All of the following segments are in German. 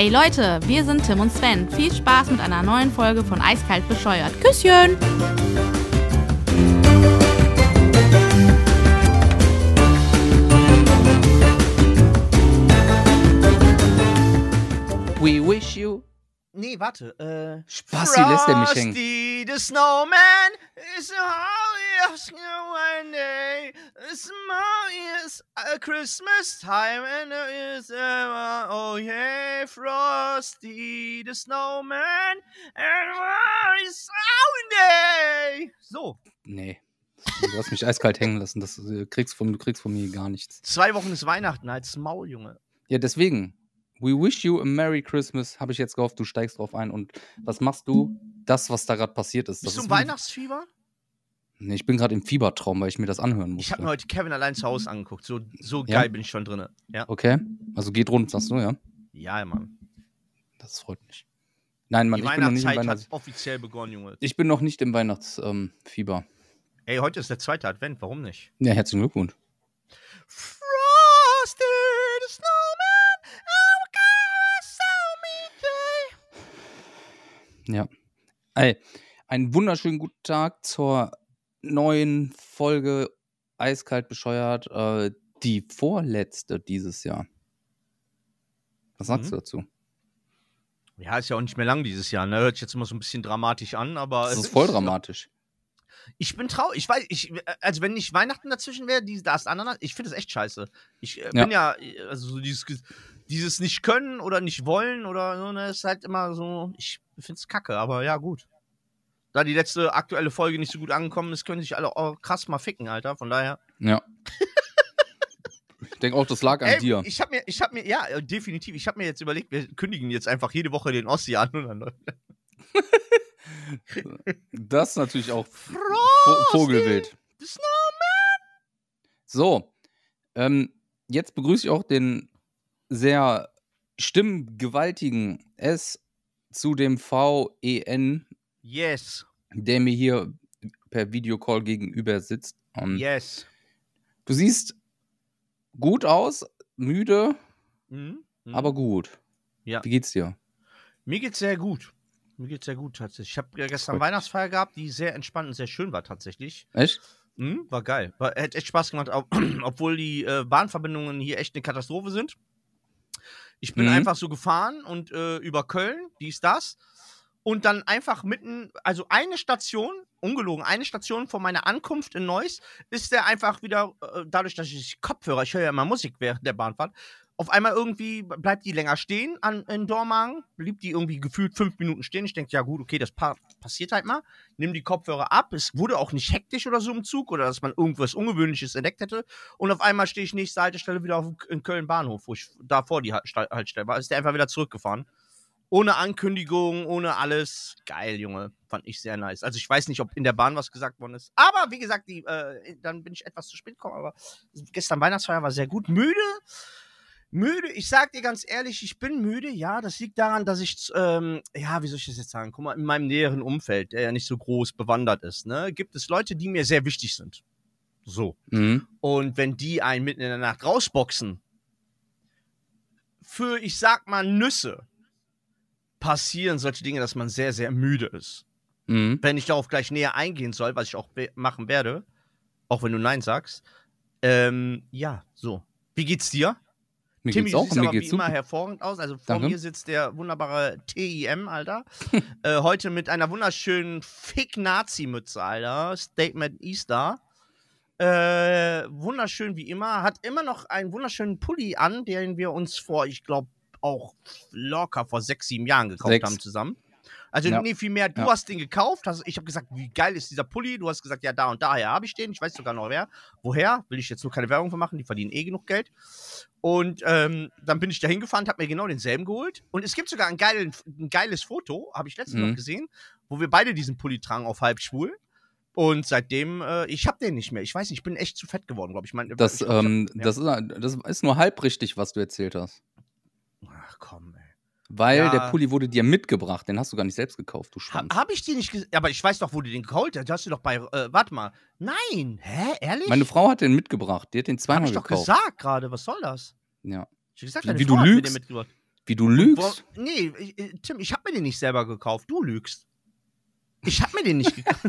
Hey Leute, wir sind Tim und Sven. Viel Spaß mit einer neuen Folge von Eiskalt bescheuert. Küsschen! We wish you... Nee, warte. Spasti lässt er mich hängen. Frosty the Snowman is a holly of snow one day. It's a Christmas time and there is oh yeah, Frosty the Snowman and it's Day. So. Nee. Du hast mich eiskalt hängen lassen. Du kriegst von mir gar nichts. 2 Wochen ist Weihnachten, halt's Maul, Junge. Ja, deswegen. We wish you a Merry Christmas. Habe ich jetzt gehofft, du steigst drauf ein. Und was machst du? Das, was da gerade passiert ist. Bist du im Weihnachtsfieber? Nee, ich bin gerade im Fiebertraum, weil ich mir das anhören musste. Ich habe mir heute Kevin allein zu Hause angeguckt. So Ja? geil bin ich schon drin. Ja. Okay. Also geht rund, sagst du, ja? Ja, Mann. Das freut mich. Nein, Mann, Die ich bin noch nicht im Weihnachtszeit hat offiziell begonnen, Junge. Ich bin noch nicht im Weihnachtsfieber. Ey, heute ist der 2. Advent, warum nicht? Ja, herzlichen Glückwunsch. Frosty the Snowman, Ja. Ey, einen wunderschönen guten Tag zur neuen Folge Eiskalt bescheuert. Die vorletzte dieses Jahr. Was sagst du dazu? Ja, ist ja auch nicht mehr lang dieses Jahr, ne? Hört sich jetzt immer so ein bisschen dramatisch an, aber... Das ist voll dramatisch. Ich bin traurig. Ich weiß, also wenn nicht Weihnachten dazwischen wäre, das andere, ich finde das echt scheiße. Ich bin ja, also so dieses nicht können oder nicht wollen oder so, ne, ist halt immer so, ich finde es kacke, aber ja, gut. Da die letzte aktuelle Folge nicht so gut angekommen ist, können sich alle auch krass mal ficken, Alter, von daher. Ja. Ich denke auch, das lag an dir. Ich hab mir, ja, definitiv, ich habe mir jetzt überlegt, wir kündigen jetzt einfach jede Woche den Ossi an und dann Das ist natürlich auch Vogelwild. So, jetzt begrüße ich auch den sehr stimmgewaltigen S zu dem VEN, Yes. der mir hier per Videocall gegenüber sitzt. Yes. Du siehst gut aus, müde, aber gut. Ja. Wie geht's dir? Mir geht's sehr gut. Tatsächlich. Ich habe gestern Weihnachtsfeier gehabt, die sehr entspannt und sehr schön war tatsächlich. Echt? War geil. Hat echt Spaß gemacht, obwohl die Bahnverbindungen hier echt eine Katastrophe sind. Ich bin einfach so gefahren und über Köln, das. Und dann einfach also eine Station, ungelogen, eine Station vor meiner Ankunft in Neuss, ist der einfach wieder, dadurch, dass ich höre ja immer Musik während der Bahnfahrt, auf einmal irgendwie bleibt die länger stehen in Dormagen, blieb die irgendwie gefühlt 5 Minuten stehen. Ich denke, ja gut, okay, das passiert halt mal. Nimm die Kopfhörer ab. Es wurde auch nicht hektisch oder so im Zug oder dass man irgendwas Ungewöhnliches entdeckt hätte. Und auf einmal stehe ich nächste Haltestelle wieder in Köln Bahnhof, wo ich davor die Haltestelle war. Ist der einfach wieder zurückgefahren. Ohne Ankündigung, ohne alles. Geil, Junge. Fand ich sehr nice. Also ich weiß nicht, ob in der Bahn was gesagt worden ist. Aber wie gesagt, dann bin ich etwas zu spät gekommen. Aber gestern Weihnachtsfeier war sehr gut. Müde, ich sag dir ganz ehrlich, ich bin müde, ja, das liegt daran, dass ich, wie soll ich das jetzt sagen, guck mal, in meinem näheren Umfeld, der ja nicht so groß bewandert ist, ne, gibt es Leute, die mir sehr wichtig sind. So. Und wenn die einen mitten in der Nacht rausboxen, für, ich sag mal, Nüsse, passieren solche Dinge, dass man sehr, sehr müde ist. Wenn ich darauf gleich näher eingehen soll, was ich auch machen werde, auch wenn du Nein sagst, ja, so. Wie geht's dir? Mir Timmy, geht's du auch, siehst mir aber geht's wie super. immer hervorragend aus. Also vor Danke. mir sitzt der wunderbare TIM, Alter. Heute mit einer wunderschönen Fick-Nazi-Mütze, Alter. Statement Easter. Wunderschön wie immer. Hat immer noch einen wunderschönen Pulli an, den wir uns vor, ich glaube, auch locker vor 6, 7 Jahren gekauft haben zusammen. Also nee, viel mehr, du hast den gekauft, ich habe gesagt, wie geil ist dieser Pulli, du hast gesagt, ja, da und daher habe ich den, ich weiß sogar noch woher, will ich jetzt nur keine Werbung für machen, die verdienen eh genug Geld. Und dann bin ich da hingefahren, habe mir genau denselben geholt und es gibt sogar ein geiles Foto, habe ich letztens noch gesehen, wo wir beide diesen Pulli tragen auf halb schwul. Und seitdem, ich habe den nicht mehr. Ich weiß nicht, ich bin echt zu fett geworden, glaube ich. Das ist nur halb richtig, was du erzählt hast. Ach komm, ey. Weil der Pulli wurde dir mitgebracht, den hast du gar nicht selbst gekauft, du Schwanz. Hab ich dir nicht aber ich weiß doch, wo du den geholt hast. Hast du doch bei, warte mal. Nein, hä, ehrlich? Meine Frau hat den mitgebracht, die hat den zweimal gekauft. gekauft. Hab ich doch gesagt gerade, was soll das? Ja. Ich hab gesagt, Wie du lügst. Wie du lügst? Nee, Tim, ich habe mir den nicht selber gekauft. Du lügst. Ich habe mir den nicht gekauft.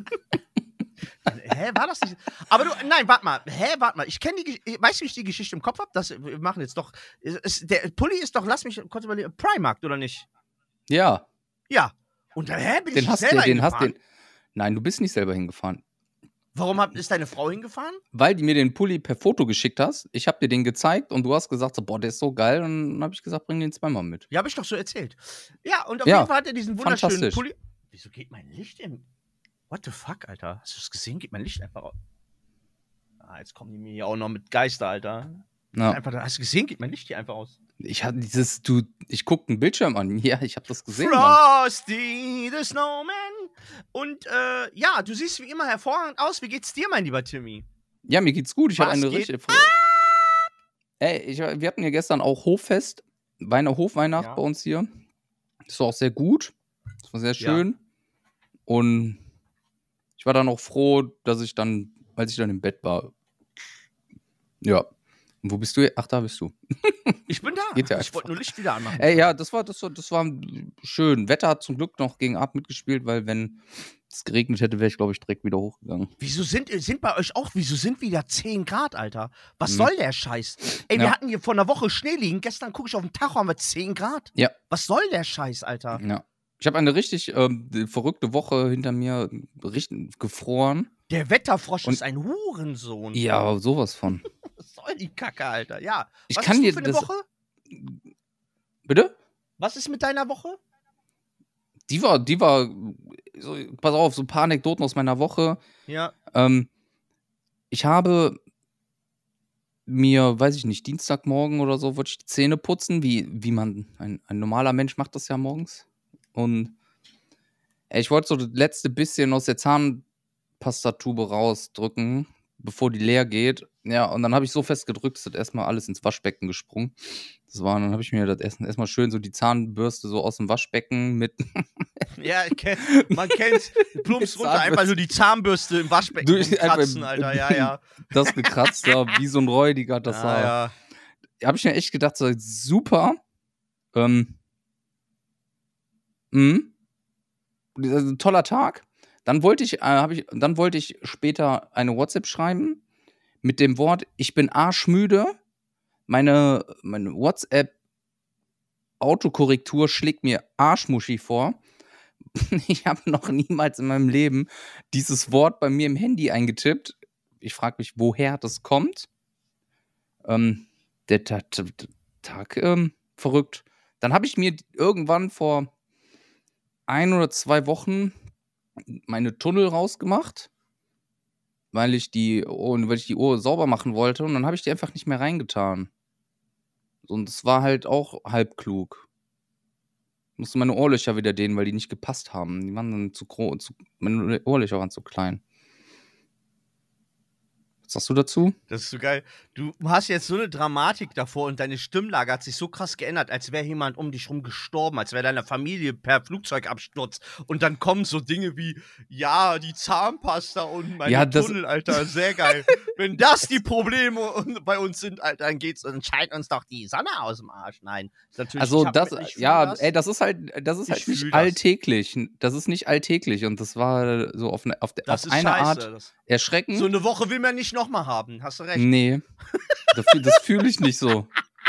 Hä, war das nicht? Aber nein, warte mal. Warte mal. Ich kenne weißt du, wie ich die Geschichte im Kopf habe? Wir machen jetzt doch. Der Pulli ist doch, lass mich kurz überlegen, Primark, oder nicht? Ja. Ja. Und dann, bin den ich hast selber den hingefahren? Nein, du bist nicht selber hingefahren. Warum ist deine Frau hingefahren? Weil die mir den Pulli per Foto geschickt hast. Ich habe dir den gezeigt und du hast gesagt, so, boah, der ist so geil. Und dann habe ich gesagt, bring den zweimal mit. Ja, habe ich doch so erzählt. Ja, und auf jeden Fall hat er diesen wunderschönen Pulli. Wieso geht mein Licht in... What the fuck, Alter? Hast du das gesehen? Geht mein Licht einfach aus? Ah, jetzt kommen die mir hier auch noch mit Geister, Alter. Ja. Hast du gesehen? Geht mein Licht hier einfach aus? Ich guck den Bildschirm an. Ja, ich habe das gesehen. Frosty the Snowman. Und ja, du siehst wie immer hervorragend aus. Wie geht's dir, mein lieber Timmy? Ja, mir geht's gut. Ich habe eine richtige... Ey, wir hatten ja gestern auch Hoffest. Hofweihnacht bei uns hier. Das war auch sehr gut. Das war sehr schön. Ja. Und ich war dann auch froh, dass ich dann, als ich dann im Bett war. Ja. Und wo bist du? Ach, da bist du. Ich bin da. Ja, ich wollte nur Licht wieder anmachen. Ey, ja, das war schön. Wetter hat zum Glück noch gegen Ab mitgespielt, weil wenn es geregnet hätte, wäre ich, glaube ich, direkt wieder hochgegangen. Wieso sind bei euch auch, wieder 10 Grad, Alter? Was soll der Scheiß? Ey, wir hatten hier vor einer Woche Schnee liegen. Gestern gucke ich auf den Tacho, haben wir 10 Grad. Ja. Was soll der Scheiß, Alter? Ja. Ich habe eine richtig verrückte Woche hinter mir richtig gefroren. Der Wetterfrosch ist ein Hurensohn. Ja, sowas von. Was soll die Kacke, Alter? Ja. Was ist für eine Woche? Bitte? Was ist mit deiner Woche? Die war so, pass auf, so ein paar Anekdoten aus meiner Woche. Ja. Ich habe mir, weiß ich nicht, Dienstagmorgen oder so, wollte ich die Zähne putzen, wie man, ein normaler Mensch macht das ja morgens. Und ich wollte so das letzte bisschen aus der Zahnpastatube rausdrücken, bevor die leer geht. Ja, und dann habe ich so fest gedrückt, dass das erstmal alles ins Waschbecken gesprungen. Dann habe ich mir das erstmal schön so die Zahnbürste so aus dem Waschbecken mit. Ja, man kennt's. Plumps runter, einfach so die Zahnbürste im Waschbecken kratzen, Alter. Ja. Das gekratzt, ja, wie so ein Räudiger. Das war. Ja. Habe ich mir echt gedacht, so super. Toller Tag. Dann wollte ich später eine WhatsApp schreiben mit dem Wort, ich bin arschmüde. Meine WhatsApp-Autokorrektur schlägt mir Arschmuschi vor. Ich habe noch niemals in meinem Leben dieses Wort bei mir im Handy eingetippt. Ich frage mich, woher das kommt. Der Tag verrückt. Dann habe ich mir irgendwann vor 1 oder 2 Wochen meine Tunnel rausgemacht, weil ich die Uhr sauber machen wollte und dann habe ich die einfach nicht mehr reingetan. Und es war halt auch halb klug. Ich musste meine Ohrlöcher wieder dehnen, weil die nicht gepasst haben. Die waren dann zu groß, meine Ohrlöcher waren zu klein. Was sagst du dazu? Das ist so geil. Du hast jetzt so eine Dramatik davor und deine Stimmlage hat sich so krass geändert, als wäre jemand um dich rum gestorben, als wäre deine Familie per Flugzeugabsturz. Und dann kommen so Dinge wie, ja, die Zahnpasta und meine Tunnel, Alter, sehr geil. Wenn das die Probleme bei uns sind, Alter, dann scheint uns doch die Sonne aus dem Arsch. Nein, ist natürlich. Also das ist halt nicht alltäglich. Das ist nicht alltäglich und das war so auf eine Art erschreckend. So eine Woche will man nicht nochmal haben, hast du recht. Nee, das fühle ich nicht so.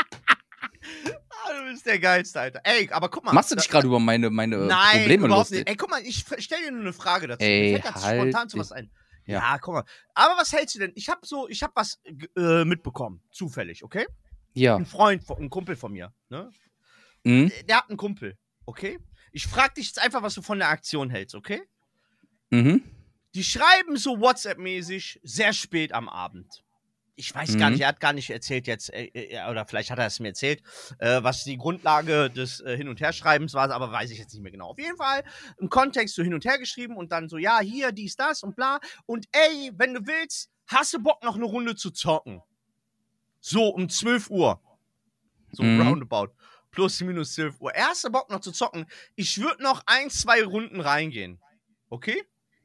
Du bist der Geilste, Alter. Ey, aber guck mal. Machst du dich gerade über meine Probleme lustig? Nicht. Ey, guck mal, ich stell dir nur eine Frage dazu. Ey, mir fällt ganz spontan zu was ein. Ja, guck mal. Aber was hältst du denn? Ich hab was mitbekommen, zufällig, okay? Ja. Ein Kumpel von mir, ne? Mhm. Der hat einen Kumpel, okay? Ich frag dich jetzt einfach, was du von der Aktion hältst, okay? Mhm. Die schreiben so WhatsApp-mäßig sehr spät am Abend. Ich weiß gar nicht, er hat gar nicht erzählt jetzt, oder vielleicht hat er es mir erzählt, was die Grundlage des Hin- und Herschreibens war, aber weiß ich jetzt nicht mehr genau. Auf jeden Fall im Kontext so hin und her geschrieben und dann so, ja, hier, dies, das und bla. Und ey, wenn du willst, hast du Bock noch eine Runde zu zocken? So um 12 Uhr. So roundabout. Plus, minus 12 Uhr. Hast du Bock noch zu zocken? Ich würde noch 1, 2 Runden reingehen. Okay?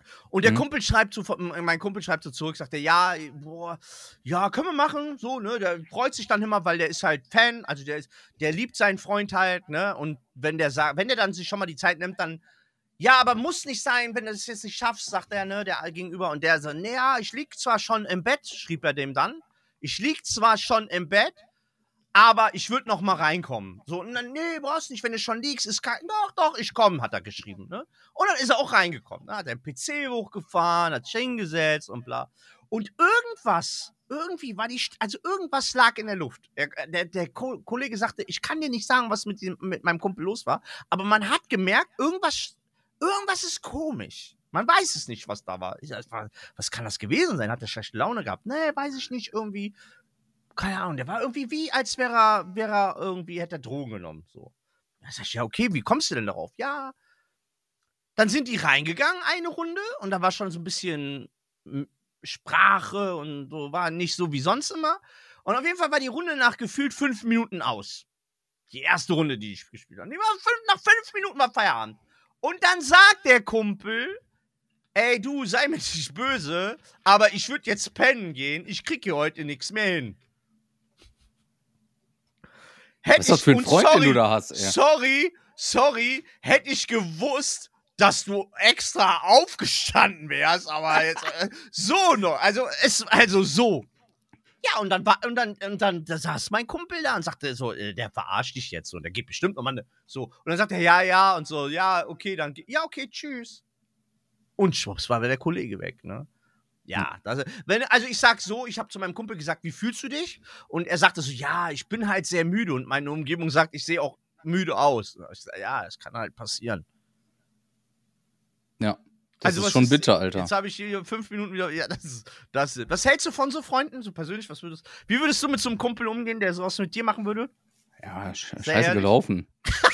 Und mein Kumpel schreibt so zurück, sagt er, ja, boah, ja, können wir machen, so, ne, der freut sich dann immer, weil der ist halt Fan, also der liebt seinen Freund halt, ne, und wenn der dann sich schon mal die Zeit nimmt, dann, ja, aber muss nicht sein, wenn du es jetzt nicht schaffst, sagt er, ne, der Gegenüber, und der so, naja, ich lieg zwar schon im Bett, schrieb er dem dann, ich lieg zwar schon im Bett, aber ich würde noch mal reinkommen. So, und dann, nee, brauchst nicht, wenn du schon liegst, doch, ich komme, hat er geschrieben, ne? Und dann ist er auch reingekommen, ne? Hat den PC hochgefahren, hat sich hingesetzt und bla. Und irgendwie war irgendwas lag in der Luft. Der Kollege sagte, ich kann dir nicht sagen, was mit meinem Kumpel los war, aber man hat gemerkt, irgendwas ist komisch. Man weiß es nicht, was da war. Was kann das gewesen sein? Hat er schlechte Laune gehabt? Nee, weiß ich nicht, irgendwie. Keine Ahnung, der war irgendwie wie, als wäre er irgendwie, hätte er Drogen genommen. So. Da sag ich, ja, okay, wie kommst du denn darauf? Ja. Dann sind die reingegangen, eine Runde, und da war schon so ein bisschen Sprache und so, war nicht so wie sonst immer. Und auf jeden Fall war die Runde nach gefühlt 5 Minuten aus. Die erste Runde, die ich gespielt habe. Nach 5 Minuten war Feierabend. Und dann sagt der Kumpel, ey, du, sei mir nicht böse, aber ich würde jetzt pennen gehen, ich krieg hier heute nichts mehr hin. Was ist das für ein Freund, den du da hast, ey? Sorry, hätte ich gewusst, dass du extra aufgestanden wärst, aber jetzt so noch, also so. Ja, und dann saß mein Kumpel da und sagte so, der verarscht dich jetzt so, der geht bestimmt nochmal so. Und dann sagt er, ja, und so, ja, okay, okay, tschüss. Und schwupps war der Kollege weg, ne? Ja, also ich sag so, ich habe zu meinem Kumpel gesagt, wie fühlst du dich? Und er sagte so, ja, ich bin halt sehr müde und meine Umgebung sagt, ich sehe auch müde aus. Ich sag, ja, das kann halt passieren. Ja, das ist schon bitter, Alter. Jetzt habe ich hier 5 Minuten wieder, ja, das ist. Was hältst du von so Freunden, so persönlich, wie würdest du mit so einem Kumpel umgehen, der sowas mit dir machen würde? Ja, scheiße gelaufen.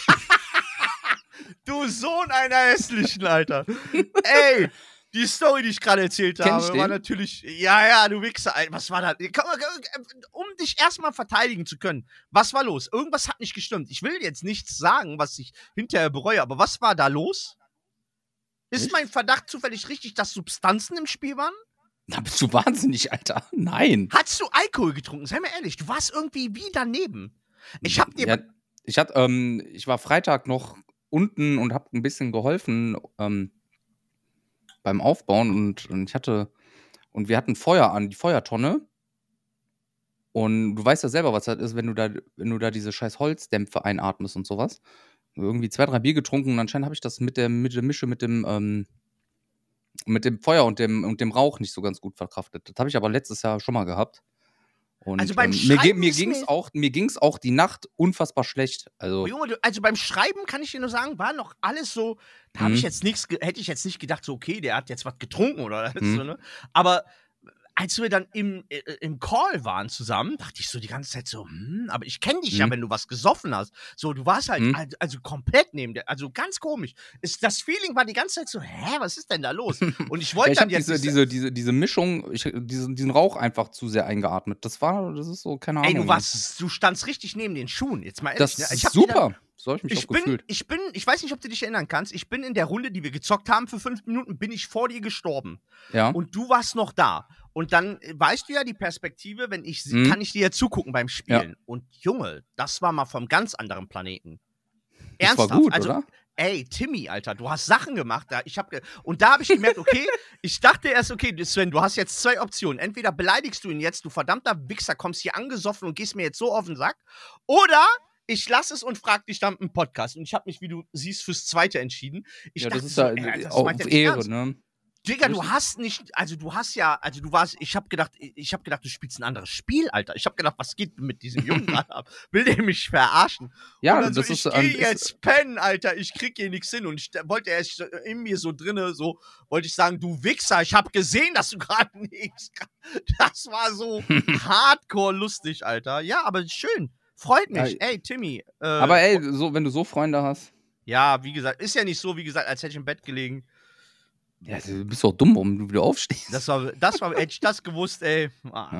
Du Sohn einer hässlichen, Alter. Ey, die Story, die ich gerade erzählt habe, war natürlich, ja, du Wichser, was war das? Um dich erstmal verteidigen zu können, was war los? Irgendwas hat nicht gestimmt. Ich will jetzt nichts sagen, was ich hinterher bereue, aber was war da los? Ist mein Verdacht zufällig richtig, dass Substanzen im Spiel waren? Na, bist du wahnsinnig, Alter? Nein. Hast du Alkohol getrunken? Sei mir ehrlich, du warst irgendwie wie daneben. Ich war Freitag noch unten und hab ein bisschen geholfen, beim Aufbauen und wir hatten Feuer an, die Feuertonne. Und du weißt ja selber, was das ist, wenn du da diese scheiß Holzdämpfe einatmest und sowas. Irgendwie 2, 3 Bier getrunken und anscheinend habe ich das mit der Mische mit dem Feuer und dem Rauch nicht so ganz gut verkraftet. Das habe ich aber letztes Jahr schon mal gehabt. Und also beim Schreiben mir ging's auch die Nacht unfassbar schlecht. Also, Junge, also beim Schreiben kann ich dir nur sagen, war noch alles so, da habe ich jetzt hätte ich jetzt nicht gedacht, so okay, der hat jetzt was getrunken oder so, ne? Aber als wir dann im Call waren zusammen, dachte ich so die ganze Zeit so, aber ich kenne dich ja, wenn du was gesoffen hast. So, du warst halt also komplett neben der, also ganz komisch. Das Feeling war die ganze Zeit so, was ist denn da los? Und ich wollte dann jetzt diese Mischung, diesen Rauch einfach zu sehr eingeatmet. Das ist so, keine Ahnung. Ey, du standst richtig neben den Schuhen, jetzt mal ehrlich. Das ist super. So habe ich mich auch gefühlt. Ich weiß nicht, ob du dich erinnern kannst, ich bin in der Runde, die wir gezockt haben für 5 Minuten, bin ich vor dir gestorben. Ja. Und du warst noch da. Und dann weißt du ja die Perspektive, wenn ich kann ich dir ja zugucken beim Spielen. Ja. Und Junge, das war mal vom ganz anderen Planeten. Ernsthaft. Das war gut, also, oder? Ey, Timmy, Alter, du hast Sachen gemacht. Und da habe ich gemerkt, okay, ich dachte erst, okay, Sven, du hast jetzt 2 Optionen. Entweder beleidigst du ihn jetzt, du verdammter Wichser, kommst hier angesoffen und gehst mir jetzt so auf den Sack. Oder ich lasse es und frag dich dann im Podcast. Und ich habe mich, wie du siehst, fürs Zweite entschieden. Ich dachte, das ist ja auf Ehre, ne? Digga, du hast nicht, also du hast ja, also du warst, ich hab gedacht, du spielst ein anderes Spiel, Alter. Ich hab gedacht, was geht mit diesem Jungen gerade ab? Will der mich verarschen? Ja, und dann das so, ist ich geh jetzt pennen, Alter, ich krieg hier nichts hin. Und ich wollte erst in mir so drinne, so, wollte ich sagen, du Wichser, ich hab gesehen, dass du gerade nichts. Das war so hardcore lustig, Alter. Ja, aber schön. Freut mich. Ja, ey, Timmy. Aber ey, so, wenn du so Freunde hast. Ja, wie gesagt, ist ja nicht so, wie gesagt, als hätte ich im Bett gelegen. Ja, du bist doch dumm, warum du wieder aufstehst. Das war, hätte ich das gewusst, ey. Ja.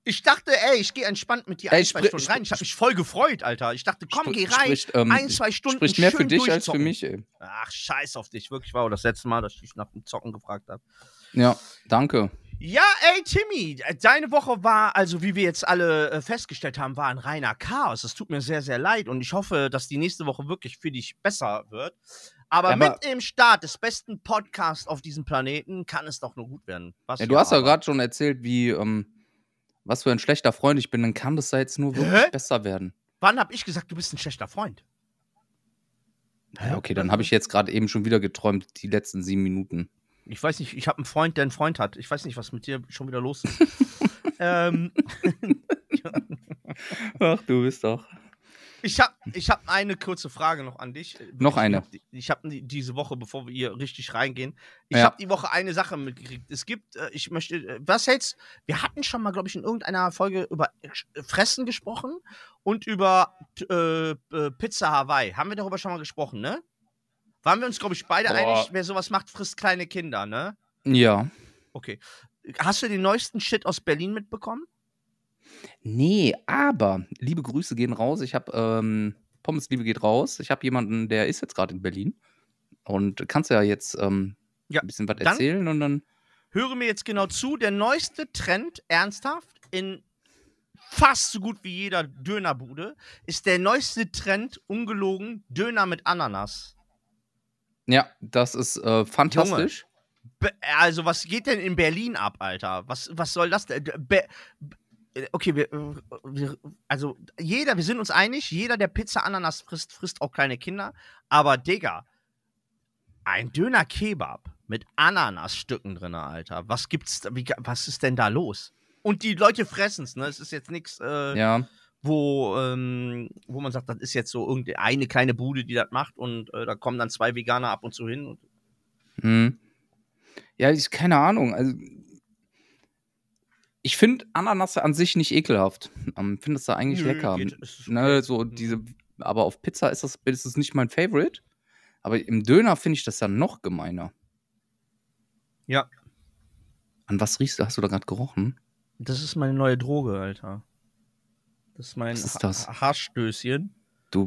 Ich dachte, ich gehe entspannt mit dir 1-2 Stunden rein. Ich habe mich voll gefreut, Alter. Ich dachte, komm, geh rein, 1-2 Stunden spricht mehr für dich als für mich, ey. Ach, scheiß auf dich. Wirklich war das letzte Mal, dass ich dich nach dem Zocken gefragt habe. Ja, danke. Ja, ey, Timmy, deine Woche war, also wie wir jetzt alle festgestellt haben, war ein reiner Chaos. Es tut mir sehr, sehr leid und ich hoffe, dass die nächste Woche wirklich für dich besser wird. Aber mit dem Start des besten Podcasts auf diesem Planeten kann es doch nur gut werden. Du hast ja gerade schon erzählt, wie... was für ein schlechter Freund ich bin, dann kann das da jetzt nur wirklich besser werden. Wann habe ich gesagt, du bist ein schlechter Freund? Ja, okay, dann habe ich jetzt gerade eben schon wieder geträumt, die letzten 7 Minuten. Ich weiß nicht, ich habe einen Freund, der einen Freund hat. Ich weiß nicht, was mit dir schon wieder los ist. Ach, du bist doch. Ich hab eine kurze Frage noch an dich. Noch eine. Ich habe diese Woche, bevor wir hier richtig reingehen, habe die Woche eine Sache mitgekriegt. Es gibt, was hältst, wir hatten schon mal, glaube ich, in irgendeiner Folge über Fressen gesprochen und über Pizza Hawaii. Haben wir darüber schon mal gesprochen, ne? Waren wir uns, glaube ich, beide einig, wer sowas macht, frisst kleine Kinder, ne? Ja. Okay. Hast du den neuesten Shit aus Berlin mitbekommen? Nee, aber liebe Grüße gehen raus. Ich habe Pommes Liebe geht raus. Ich habe jemanden, der ist jetzt gerade in Berlin. Und kannst ja jetzt ein bisschen was erzählen und dann. Höre mir jetzt genau zu. Der neueste Trend, ernsthaft, in fast so gut wie jeder Dönerbude, ist der neueste Trend, ungelogen, Döner mit Ananas. Ja, das ist fantastisch. Junge, also, was geht denn in Berlin ab, Alter? Was soll das denn? Okay, wir sind uns einig, jeder, der Pizza Ananas frisst auch kleine Kinder. Aber, Digga, ein Döner-Kebab mit Ananasstücken drin, Alter. Was ist denn da los? Und die Leute fressen's, ne? Es ist jetzt nichts, wo man sagt, das ist jetzt so irgendeine kleine Bude, die das macht und da kommen dann 2 Veganer ab und zu hin. Ja, keine Ahnung. Also, ich finde Ananas an sich nicht ekelhaft. Finde es da eigentlich lecker. Ne, so aber auf Pizza ist es nicht mein Favorite. Aber im Döner finde ich das ja noch gemeiner. Ja. An was riechst du? Hast du da gerade gerochen? Das ist meine neue Droge, Alter. Das ist mein Haschstößchen. Du,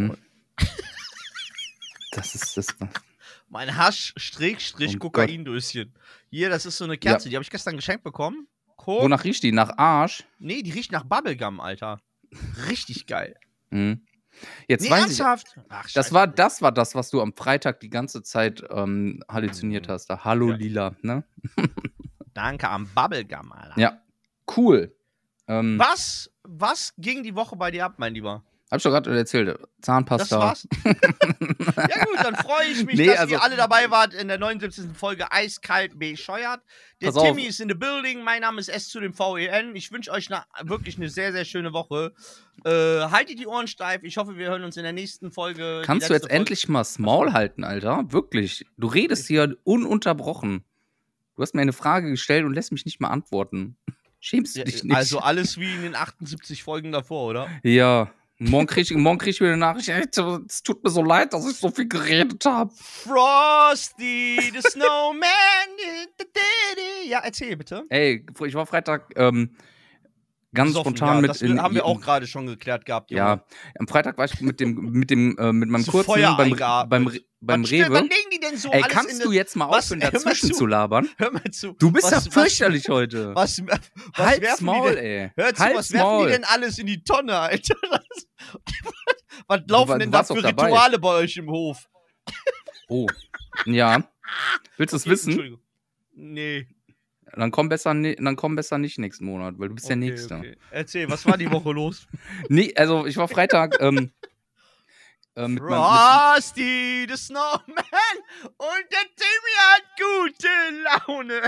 Das ist das. Mein Hasch-Kokaindöschen. Hier, das ist so eine Kerze, die habe ich gestern geschenkt bekommen. Wonach riecht die? Nach Arsch? Nee, die riecht nach Bubblegum, Alter. Richtig geil. Jetzt weiß ernsthaft? Ach, das war das, was du am Freitag die ganze Zeit halluziniert hast. Da Hallo Lila, ne? Danke am Bubblegum, Alter. Ja, cool. Was ging die Woche bei dir ab, mein Lieber? Hab ich doch gerade erzählt. Zahnpasta. Das war's? Ja gut, dann freue ich mich, dass ihr alle dabei wart in der 79. Folge Eiskalt bescheuert. Der Timmy ist in the building, mein Name ist S zu dem VEN. Ich wünsche euch wirklich eine sehr, sehr schöne Woche. Haltet die Ohren steif. Ich hoffe, wir hören uns in der nächsten Folge. Kannst du jetzt endlich mal das Maul halten, Alter? Wirklich. Du redest hier ununterbrochen. Du hast mir eine Frage gestellt und lässt mich nicht mal antworten. Schämst du dich nicht? Also alles wie in den 78 Folgen davor, oder? Ja. Morgen krieg ich wieder eine Nachricht. Es tut mir so leid, dass ich so viel geredet habe. Frosty, the Snowman. Ja, erzähl bitte. Ey, ich war Freitag ganz spontan mit. Das haben wir auch gerade schon geklärt gehabt. Junge. Ja, am Freitag war ich mit meinem Kurzen beim Rewe. Was legen die denn so? Ey, kannst du jetzt mal aufhören, dazwischen zu labern? Hör mal zu. Du bist ja fürchterlich heute. Halt's Maul, ey. Hör zu, was werfen die denn alles in die Tonne, Alter? Was laufen denn da für Rituale bei euch im Hof? Oh, ja. Willst du es wissen? Entschuldigung. Nee. Dann komm besser nicht nächsten Monat, weil du bist der Nächste. Okay. Erzähl, was war die Woche los? Nee, also ich war Freitag mit Frosty, the Snowman und der Timmy hat gute Laune.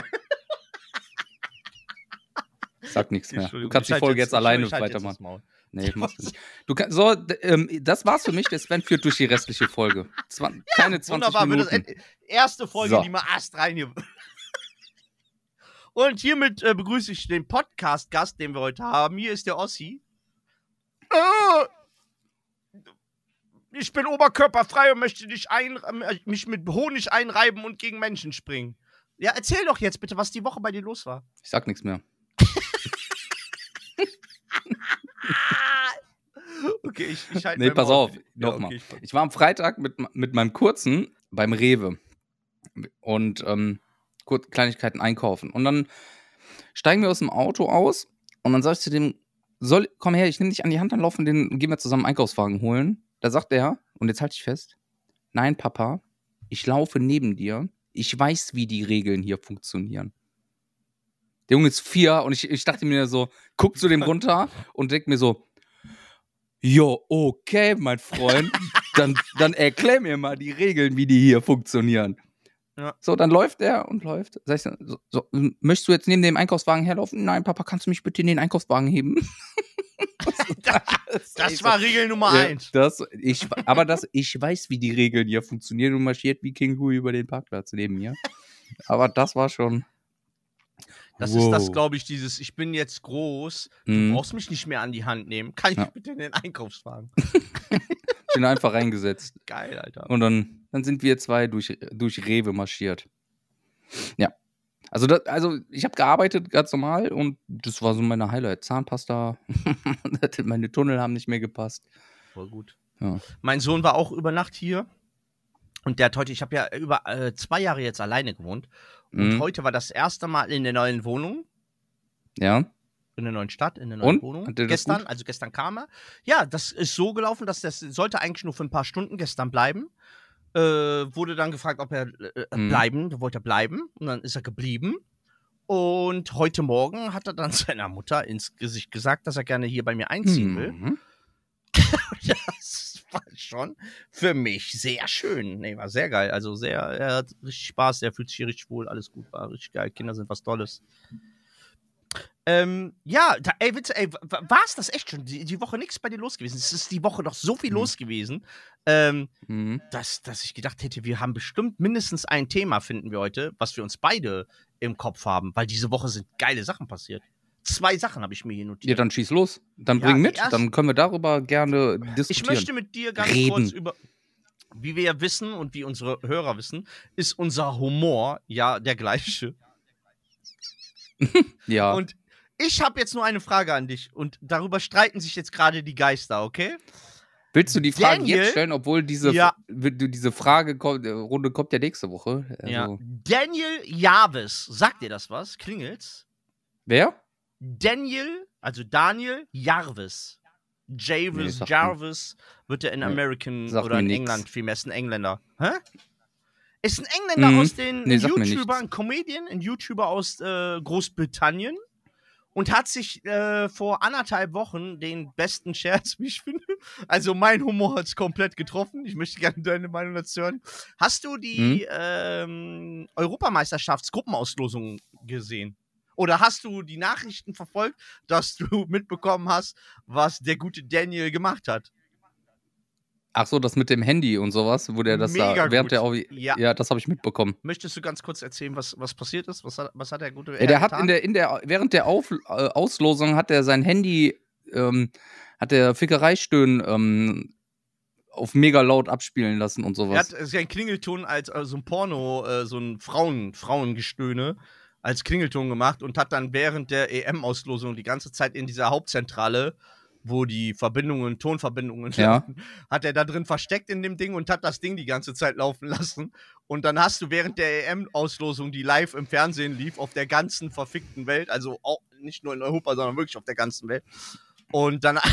Sag nichts mehr. Du kannst die Folge jetzt alleine weitermachen. Nee, machst du nicht. Das war's für mich. Der Sven führt durch die restliche Folge. Keine 20 wunderbar, Minuten. Das erste Folge, die mal Ast rein hier. Und hiermit begrüße ich den Podcast-Gast, den wir heute haben. Hier ist der Ossi. Ich bin oberkörperfrei und möchte mich mit Honig einreiben und gegen Menschen springen. Ja, erzähl doch jetzt bitte, was die Woche bei dir los war. Ich sag nichts mehr. Okay, ich halte Nee, pass auf, nochmal. Okay, Ich war am Freitag mit meinem Kurzen beim Rewe und Kleinigkeiten einkaufen. Und dann steigen wir aus dem Auto aus und dann sag ich zu dem, komm her, ich nehme dich an die Hand, dann gehen wir zusammen einen Einkaufswagen holen. Da sagt er, und jetzt halte ich fest, nein, Papa, ich laufe neben dir. Ich weiß, wie die Regeln hier funktionieren. Der Junge ist 4 und ich dachte mir so, guck zu dem runter und denk mir so, jo, okay, mein Freund, dann erklär mir mal die Regeln, wie die hier funktionieren. Ja. So, dann läuft er und läuft. Sag ich so, möchtest du jetzt neben dem Einkaufswagen herlaufen? Nein, Papa, kannst du mich bitte in den Einkaufswagen heben? Das war Regel Nummer 1. Ich weiß, wie die Regeln hier funktionieren und marschiert wie King Louis über den Parkplatz neben mir. Aber das war schon. Das ist das, glaube ich, dieses, ich bin jetzt groß, du brauchst mich nicht mehr an die Hand nehmen. Kann ich bitte in den Einkaufswagen? Ich bin einfach reingesetzt. Geil, Alter. Und dann sind wir zwei durch Rewe marschiert. Ja. Also ich habe gearbeitet, ganz normal, und das war so meine Highlight. Zahnpasta, meine Tunnel haben nicht mehr gepasst. Voll gut. Ja. Mein Sohn war auch über Nacht hier. Und der hat heute, ich habe ja über 2 Jahre jetzt alleine gewohnt. Und heute war das erste Mal in der neuen Wohnung. Ja. In der neuen Stadt, in der neuen Wohnung. Hat der das gut? Gestern kam er. Ja, das ist so gelaufen, dass das sollte eigentlich nur für ein paar Stunden gestern bleiben. Wurde dann gefragt, ob er wollte er bleiben. Und dann ist er geblieben. Und heute Morgen hat er dann seiner Mutter ins Gesicht gesagt, dass er gerne hier bei mir einziehen will. Das war schon für mich sehr schön. Nee, war sehr geil. Also er hat richtig Spaß, er fühlt sich hier richtig wohl, alles gut, war richtig geil. Kinder sind was Tolles. War es das echt schon? Die Woche nichts bei dir los gewesen? Es ist die Woche noch so viel los gewesen, dass ich gedacht hätte, wir haben bestimmt mindestens ein Thema, finden wir heute, was wir uns beide im Kopf haben, weil diese Woche sind geile Sachen passiert. 2 Sachen habe ich mir hier notiert. Ja, dann schieß los. Dann bring mit, dann können wir darüber gerne diskutieren. Ich möchte mit dir ganz kurz über, wie wir ja wissen und wie unsere Hörer wissen, ist unser Humor ja der gleiche. Ja. Und ich habe jetzt nur eine Frage an dich und darüber streiten sich jetzt gerade die Geister, okay? Willst du die Frage Daniel, jetzt stellen, obwohl diese Runde kommt ja nächste Woche? Also. Ja. Daniel Jarvis, sagt dir das was? Klingelt's? Wer? Daniel Jarvis. Jarvis wird er in American oder in England vielmehr, ist ein Engländer. Hä? Ist ein Engländer aus den YouTuber, ein Comedian, ein YouTuber aus Großbritannien und hat sich vor 1,5 Wochen den besten Scherz, wie ich finde, also mein Humor hat es komplett getroffen, ich möchte gerne deine Meinung dazu hören. Hast du die Europameisterschaftsgruppenauslosung gesehen? Oder hast du die Nachrichten verfolgt, dass du mitbekommen hast, was der gute Daniel gemacht hat? Ach so, das mit dem Handy und sowas, wo der das Mega da während gut. der ja, das habe ich mitbekommen. Möchtest du ganz kurz erzählen, was passiert ist? Was hat der gute der hat während der Auslosung hat er sein Handy hat der Fickereistöhnen auf mega laut abspielen lassen und sowas. Er hat sein Klingelton als so ein Porno, so ein Frauengestöhne als Klingelton gemacht und hat dann während der EM-Auslosung die ganze Zeit in dieser Hauptzentrale, wo die Tonverbindungen laufen, hat er da drin versteckt in dem Ding und hat das Ding die ganze Zeit laufen lassen. Und dann hast du während der EM-Auslosung, die live im Fernsehen lief, auf der ganzen verfickten Welt, also auch nicht nur in Europa, sondern wirklich auf der ganzen Welt. Und dann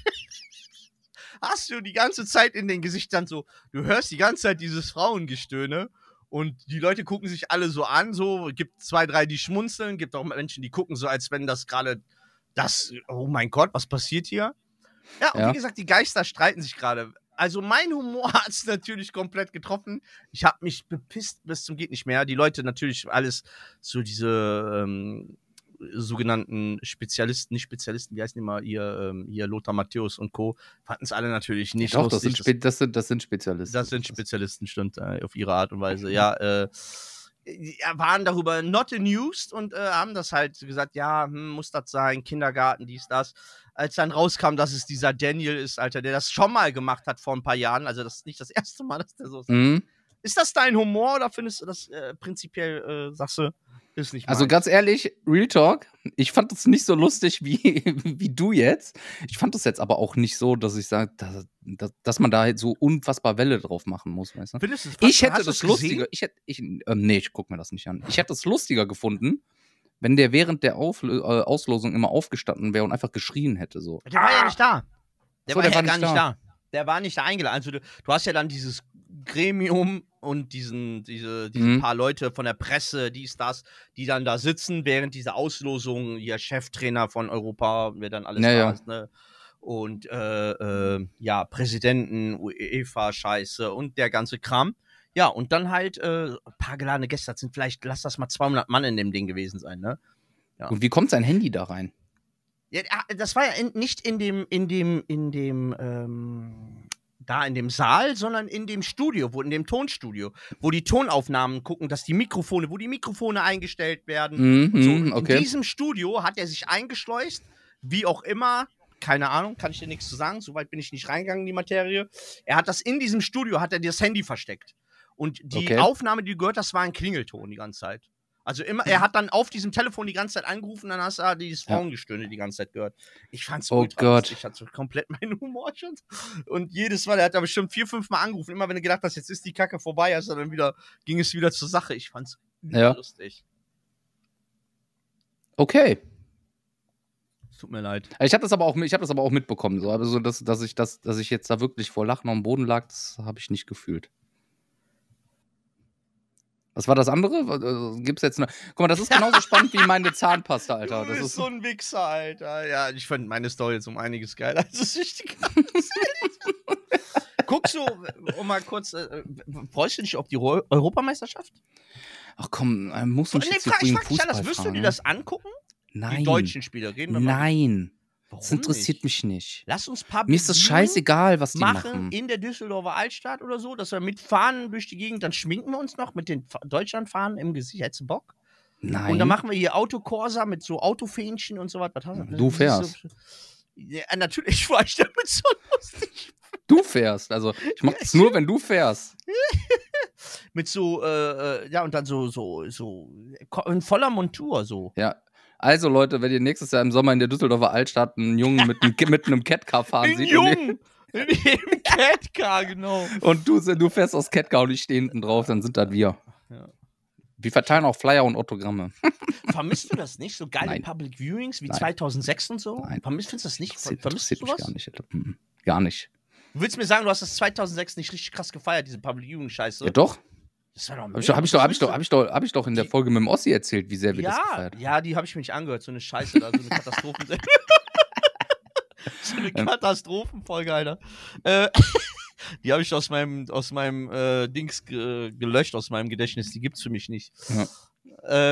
hast du die ganze Zeit in den Gesichtern so, du hörst die ganze Zeit dieses Frauengestöhne und die Leute gucken sich alle so an, so, gibt 2, 3, die schmunzeln, gibt auch Menschen, die gucken so, als wenn das gerade oh mein Gott, was passiert hier? Ja, und wie gesagt, die Geister streiten sich gerade. Also mein Humor hat es natürlich komplett getroffen. Ich habe mich bepisst bis zum geht nicht mehr. Die Leute natürlich alles so diese sogenannten Spezialisten, nicht Spezialisten, wie heißen die mal, hier Lothar Matthäus und Co., fanden es alle natürlich nicht lustig. Das sind Spezialisten. Das sind Spezialisten, stimmt, auf ihre Art und Weise. Ja, waren darüber not amused und haben das halt gesagt, ja, muss das sein, Kindergarten, dies, das. Als dann rauskam, dass es dieser Daniel ist, Alter, der das schon mal gemacht hat vor ein paar Jahren, also das ist nicht das erste Mal, dass der so ist. Ist das dein Humor oder findest du das prinzipiell, sagst du, Ist nicht Also meins. ganz ehrlich, Real Talk, ich fand das nicht so lustig wie du jetzt. Ich fand das jetzt aber auch nicht so, dass ich sage, dass man da halt so unfassbar Welle drauf machen muss, weißt du? Findest du, Ich hätte hast das du's gesehen? lustiger, nee, ich guck mir das nicht an. Ich hätte es lustiger gefunden, wenn der während der Auslosung immer aufgestanden wäre und einfach geschrien hätte, so. Der war ja nicht da. Der So, war ja gar nicht da. Der war nicht da eingeladen. Also du hast ja dann dieses Gremium und diese paar Leute von der Presse, das, die dann da sitzen, während dieser Auslosung, ihr Cheftrainer von Europa, wer dann alles da ist, ne? Und ja, Präsidenten, UEFA-Scheiße und der ganze Kram. Ja, und dann halt ein paar geladene Gäste, das sind vielleicht, lass das mal 200 Mann in dem Ding gewesen sein, ne? Ja. Und wie kommt sein Handy da rein? Ja, das war ja nicht in dem Saal, sondern in dem Studio, in dem Tonstudio, wo die Tonaufnahmen gucken, dass die Mikrofone eingestellt werden. Und so. Und in diesem Studio hat er sich eingeschleust, wie auch immer, keine Ahnung, kann ich dir nichts zu sagen, soweit bin ich nicht reingegangen in die Materie. In diesem Studio hat er das Handy versteckt. Und die Aufnahme, die du gehört hast, war ein Klingelton die ganze Zeit. Also er hat dann auf diesem Telefon die ganze Zeit angerufen, dann hast du dieses Frauengestöhne die ganze Zeit gehört. Ich fand's ultra lustig, ich hatte so komplett meinen Humor schon. Und jedes Mal, er hat da bestimmt 4-5 Mal angerufen, immer wenn du gedacht hast, jetzt ist die Kacke vorbei, also dann ging es wieder zur Sache. Ich fand's lustig. Okay. Tut mir leid. Ich habe das aber auch mitbekommen, so, also dass ich jetzt da wirklich vor Lachen am Boden lag, das habe ich nicht gefühlt. Was war das andere? Gibt's jetzt eine. Guck mal, das ist genauso spannend wie meine Zahnpasta, Alter. Du bist so ein Wichser, Alter. Ja, ich fand meine Story jetzt um einiges geiler als das Wichtige. Guckst du, mal kurz, freust du dich auf die Europameisterschaft? Ach komm, musst du mich jetzt ich wegen frag dich anders, wirst du dir das angucken? Nein. Die deutschen Spieler, reden wir mal. Nein. Warum das interessiert nicht? mich nicht. Lass uns Public Mir ist das scheißegal, was die machen machen. In der Düsseldorfer Altstadt oder so, dass wir mit Fahnen durch die Gegend, dann schminken wir uns noch mit den Deutschlandfahnen im Gesicht. Hättest du Bock? Nein. Und dann machen wir hier Autokorsa mit so Autofähnchen und so was. Du fährst. Ja, natürlich war ich damit so lustig. Du fährst, also ich mach das nur, wenn du fährst. Mit so, ja, und dann so in voller Montur so. Ja. Also Leute, wenn ihr nächstes Jahr im Sommer in der Düsseldorfer Altstadt einen Jungen mit einem Catcar fahren seht. Jungen! Im Catcar, genau. Und du fährst aus Catcar und ich stehe hinten drauf, dann sind das wir. Ja. Wir verteilen auch Flyer und Autogramme. Vermisst du das nicht? So geile Nein. Public Viewings wie Nein. 2006 und so? Nein. Findest du das nicht? Vermisst Interessiert du mich sowas? gar nicht. Alter. Gar nicht. Du willst mir sagen, du hast das 2006 nicht richtig krass gefeiert, diese Public Viewing-Scheiße? Ja doch. Das war doch Hab ich doch in der Folge mit dem Ossi erzählt, wie sehr wir das gefeiert haben. Ja, die habe ich mir nicht angehört. So eine Scheiße da, so eine Katastrophen. So eine Katastrophenfolge, Alter. Die habe ich aus meinem Dings gelöscht, aus meinem Gedächtnis. Die gibt's für mich nicht. Ja.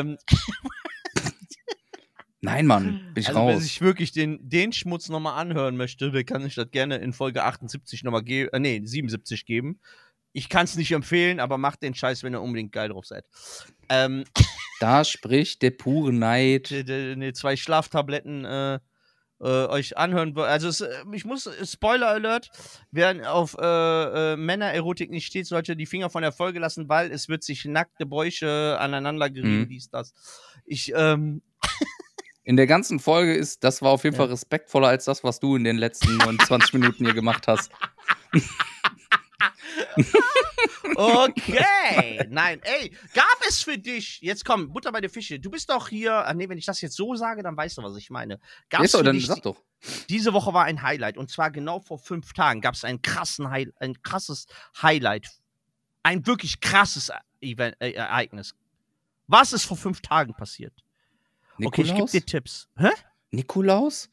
Nein, Mann, bin ich also, raus. wer sich wirklich den Schmutz nochmal anhören möchte, der kann sich das gerne in Folge 78 nochmal 77 geben. Ich kann es nicht empfehlen, aber macht den Scheiß, wenn ihr unbedingt geil drauf seid. Da spricht der pure Neid. 2 Schlaftabletten euch anhören. Also ich muss, Spoiler Alert, wer auf Männererotik nicht steht, sollte die Finger von der Folge lassen, weil es wird sich nackte Bäuche aneinander gerieben, dies, das. In der ganzen Folge das war auf jeden Fall respektvoller als das, was du in den letzten 29 Minuten hier gemacht hast. Okay, nein, ey, gab es für dich, jetzt komm, Butter bei der Fische, du bist doch hier, wenn ich das jetzt so sage, dann weißt du, was ich meine. Sag doch. Diese Woche war ein Highlight und zwar genau vor 5 Tagen gab es ein krasses Highlight, ein wirklich krasses Ereignis. Was ist vor 5 Tagen passiert? Nikolaus? Okay, ich gebe dir Tipps. Hä? Nikolaus?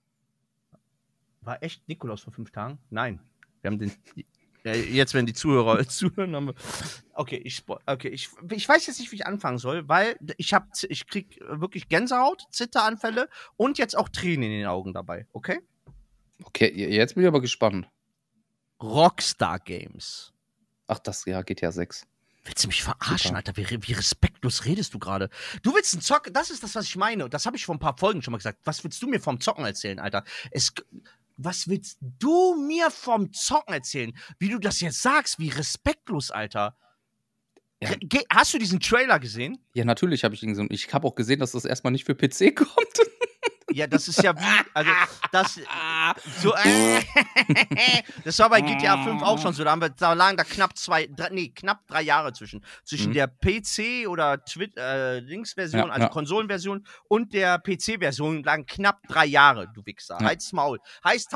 War echt Nikolaus vor 5 Tagen? Nein. Wir haben den. Jetzt, wenn die Zuhörer zuhören, haben wir. Okay, ich weiß jetzt nicht, wie ich anfangen soll, weil ich krieg wirklich Gänsehaut, Zitteranfälle und jetzt auch Tränen in den Augen dabei, okay? Okay, jetzt bin ich aber gespannt. Rockstar Games. Ach, das GTA 6. Willst du mich verarschen, Alter? Wie respektlos redest du gerade? Du willst einen Zocken, das ist das, was ich meine. Und das habe ich vor ein paar Folgen schon mal gesagt. Was willst du mir vom Zocken erzählen, Alter? Was willst du mir vom Zocken erzählen? Wie du das jetzt sagst, wie respektlos, Alter. Ja. Hast du diesen Trailer gesehen? Ja, natürlich habe ich ihn gesehen. Ich habe auch gesehen, dass das erstmal nicht für PC kommt. Ja, das ist ja wie, also das so, das war bei GTA 5 auch schon so. Da lagen da knapp 3 Jahre zwischen der PC oder Links-Version, also Konsolenversion und der PC-Version lagen knapp 3 Jahre, du Wichser. Ja. Halt's Maul. Heißt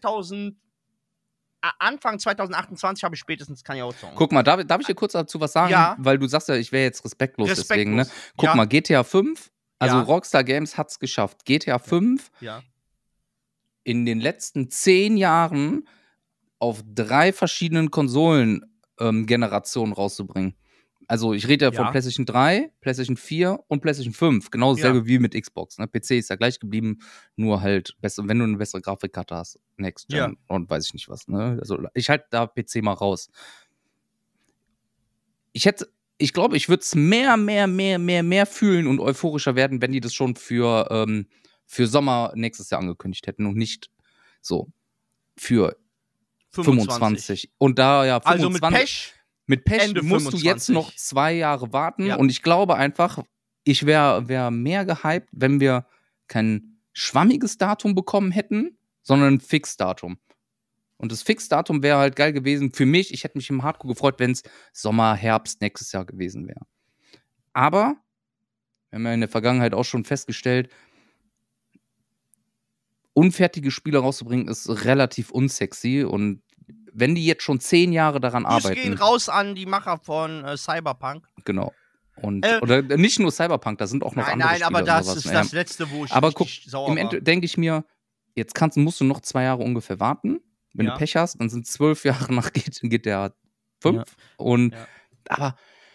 Anfang 2028 habe ich spätestens kann ich auch zocken. Guck mal, darf ich dir kurz dazu was sagen? Ja. Weil du sagst ja, ich wäre jetzt respektlos deswegen, ne? Guck mal, GTA 5, also Rockstar Games hat's geschafft. GTA 5 in den letzten 10 Jahren auf 3 verschiedenen Konsolen-Generationen rauszubringen. Also ich rede ja von PlayStation 3, PlayStation 4 und PlayStation 5. Genau dasselbe wie mit Xbox. Ne? PC ist ja gleich geblieben, nur halt besser, wenn du eine bessere Grafikkarte hast. Next Gen und weiß ich nicht was. Ne? Also ich halte da PC mal raus. Ich glaube, ich würde es mehr fühlen und euphorischer werden, wenn die das schon für Sommer nächstes Jahr angekündigt hätten und nicht so für 25. Und da 25. Also mit Pech Ende musst 25. du jetzt noch 2 Jahre warten. Und ich glaube einfach, ich wäre mehr gehypt, wenn wir kein schwammiges Datum bekommen hätten, sondern ein Fixdatum. Und das Fixdatum wäre halt geil gewesen für mich. Ich hätte mich im Hardcore gefreut, wenn es Sommer, Herbst nächstes Jahr gewesen wäre. Aber wir haben ja in der Vergangenheit auch schon festgestellt, unfertige Spiele rauszubringen ist relativ unsexy. Und wenn die jetzt schon 10 Jahre daran arbeiten. Wir gehen raus an die Macher von Cyberpunk. Genau. Und, oder nicht nur Cyberpunk, da sind auch noch andere Spiele. Nein, aber das ist das Letzte, wo ich aber guck, sauer im Ende denke ich mir, jetzt musst du noch 2 Jahre ungefähr warten. Wenn du Pech hast, dann sind 12 Jahre nach GTA 5. Ja. Und aber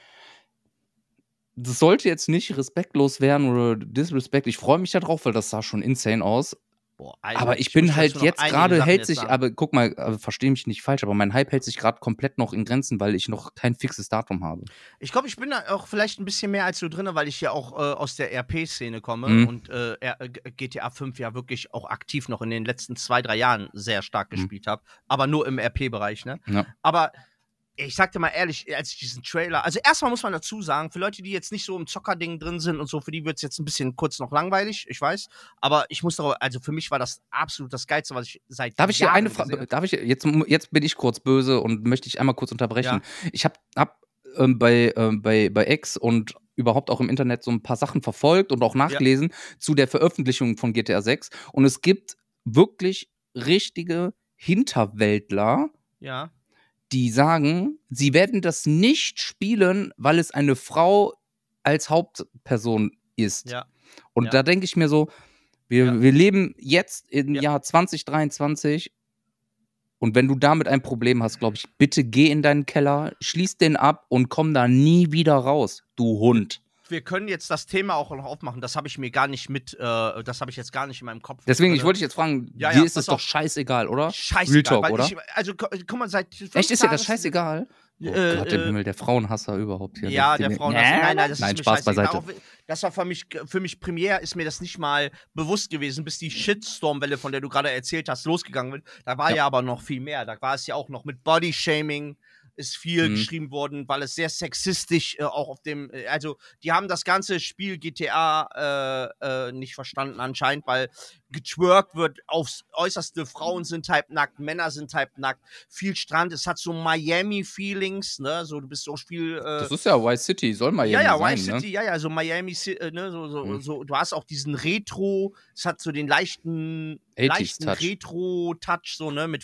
das sollte jetzt nicht respektlos werden oder disrespect. Ich freue mich da drauf, weil das sah schon insane aus. Boah, Alter, aber ich bin halt jetzt gerade, aber guck mal, verstehe mich nicht falsch, aber mein Hype hält sich gerade komplett noch in Grenzen, weil ich noch kein fixes Datum habe. Ich glaube, ich bin da auch vielleicht ein bisschen mehr als du drin, weil ich ja auch aus der RP-Szene komme und GTA 5 ja wirklich auch aktiv noch in den letzten 2-3 Jahren sehr stark gespielt habe, aber nur im RP-Bereich, ne? Ja. Aber ich sag dir mal ehrlich, als ich diesen Trailer, also erstmal muss man dazu sagen, für Leute, die jetzt nicht so im Zockerding drin sind und so, für die wird es jetzt ein bisschen kurz noch langweilig, ich weiß, aber ich muss darüber, also für mich war das absolut das Geilste, was ich seit Darf ich dir eine Frage, jetzt bin ich kurz böse und möchte ich einmal kurz unterbrechen. Ja. Ich hab bei X und überhaupt auch im Internet so ein paar Sachen verfolgt und auch nachgelesen zu der Veröffentlichung von GTA 6 und es gibt wirklich richtige Hinterwäldler, die sagen, sie werden das nicht spielen, weil es eine Frau als Hauptperson ist. Ja. Und da denke ich mir so, wir leben jetzt im Jahr 2023 und wenn du damit ein Problem hast, glaube ich, bitte geh in deinen Keller, schließ den ab und komm da nie wieder raus, du Hund. Wir können jetzt das Thema auch noch aufmachen. Das habe ich mir gar nicht das habe ich jetzt gar nicht in meinem Kopf. Deswegen, ich wollte dich jetzt fragen, dir ist es doch scheißegal, oder? Scheißegal, Real Talk, oder? Guck mal, seit 5 Echt, ist dir das scheißegal? Oh Gott, im Himmel, der Frauenhasser überhaupt hier. Ja, der Frauenhasser. Nein, das ist Spaß beiseite. Das war für mich primär, ist mir das nicht mal bewusst gewesen, bis die Shitstorm-Welle, von der du gerade erzählt hast, losgegangen wird. Da war ja aber noch viel mehr. Da war es ja auch noch mit Body-Shaming, ist viel geschrieben worden, weil es sehr sexistisch auch auf dem, also die haben das ganze Spiel GTA nicht verstanden anscheinend, weil getwerkt wird aufs Äußerste, Frauen sind halbnackt, Männer sind halbnackt, viel Strand, es hat so Miami-Feelings, ne, so du bist so viel das ist ja Vice City, soll Miami sein, Vice City, ne? So Miami, ne, so, du hast auch diesen Retro, es hat so den leichten Retro-Touch, so, ne, mit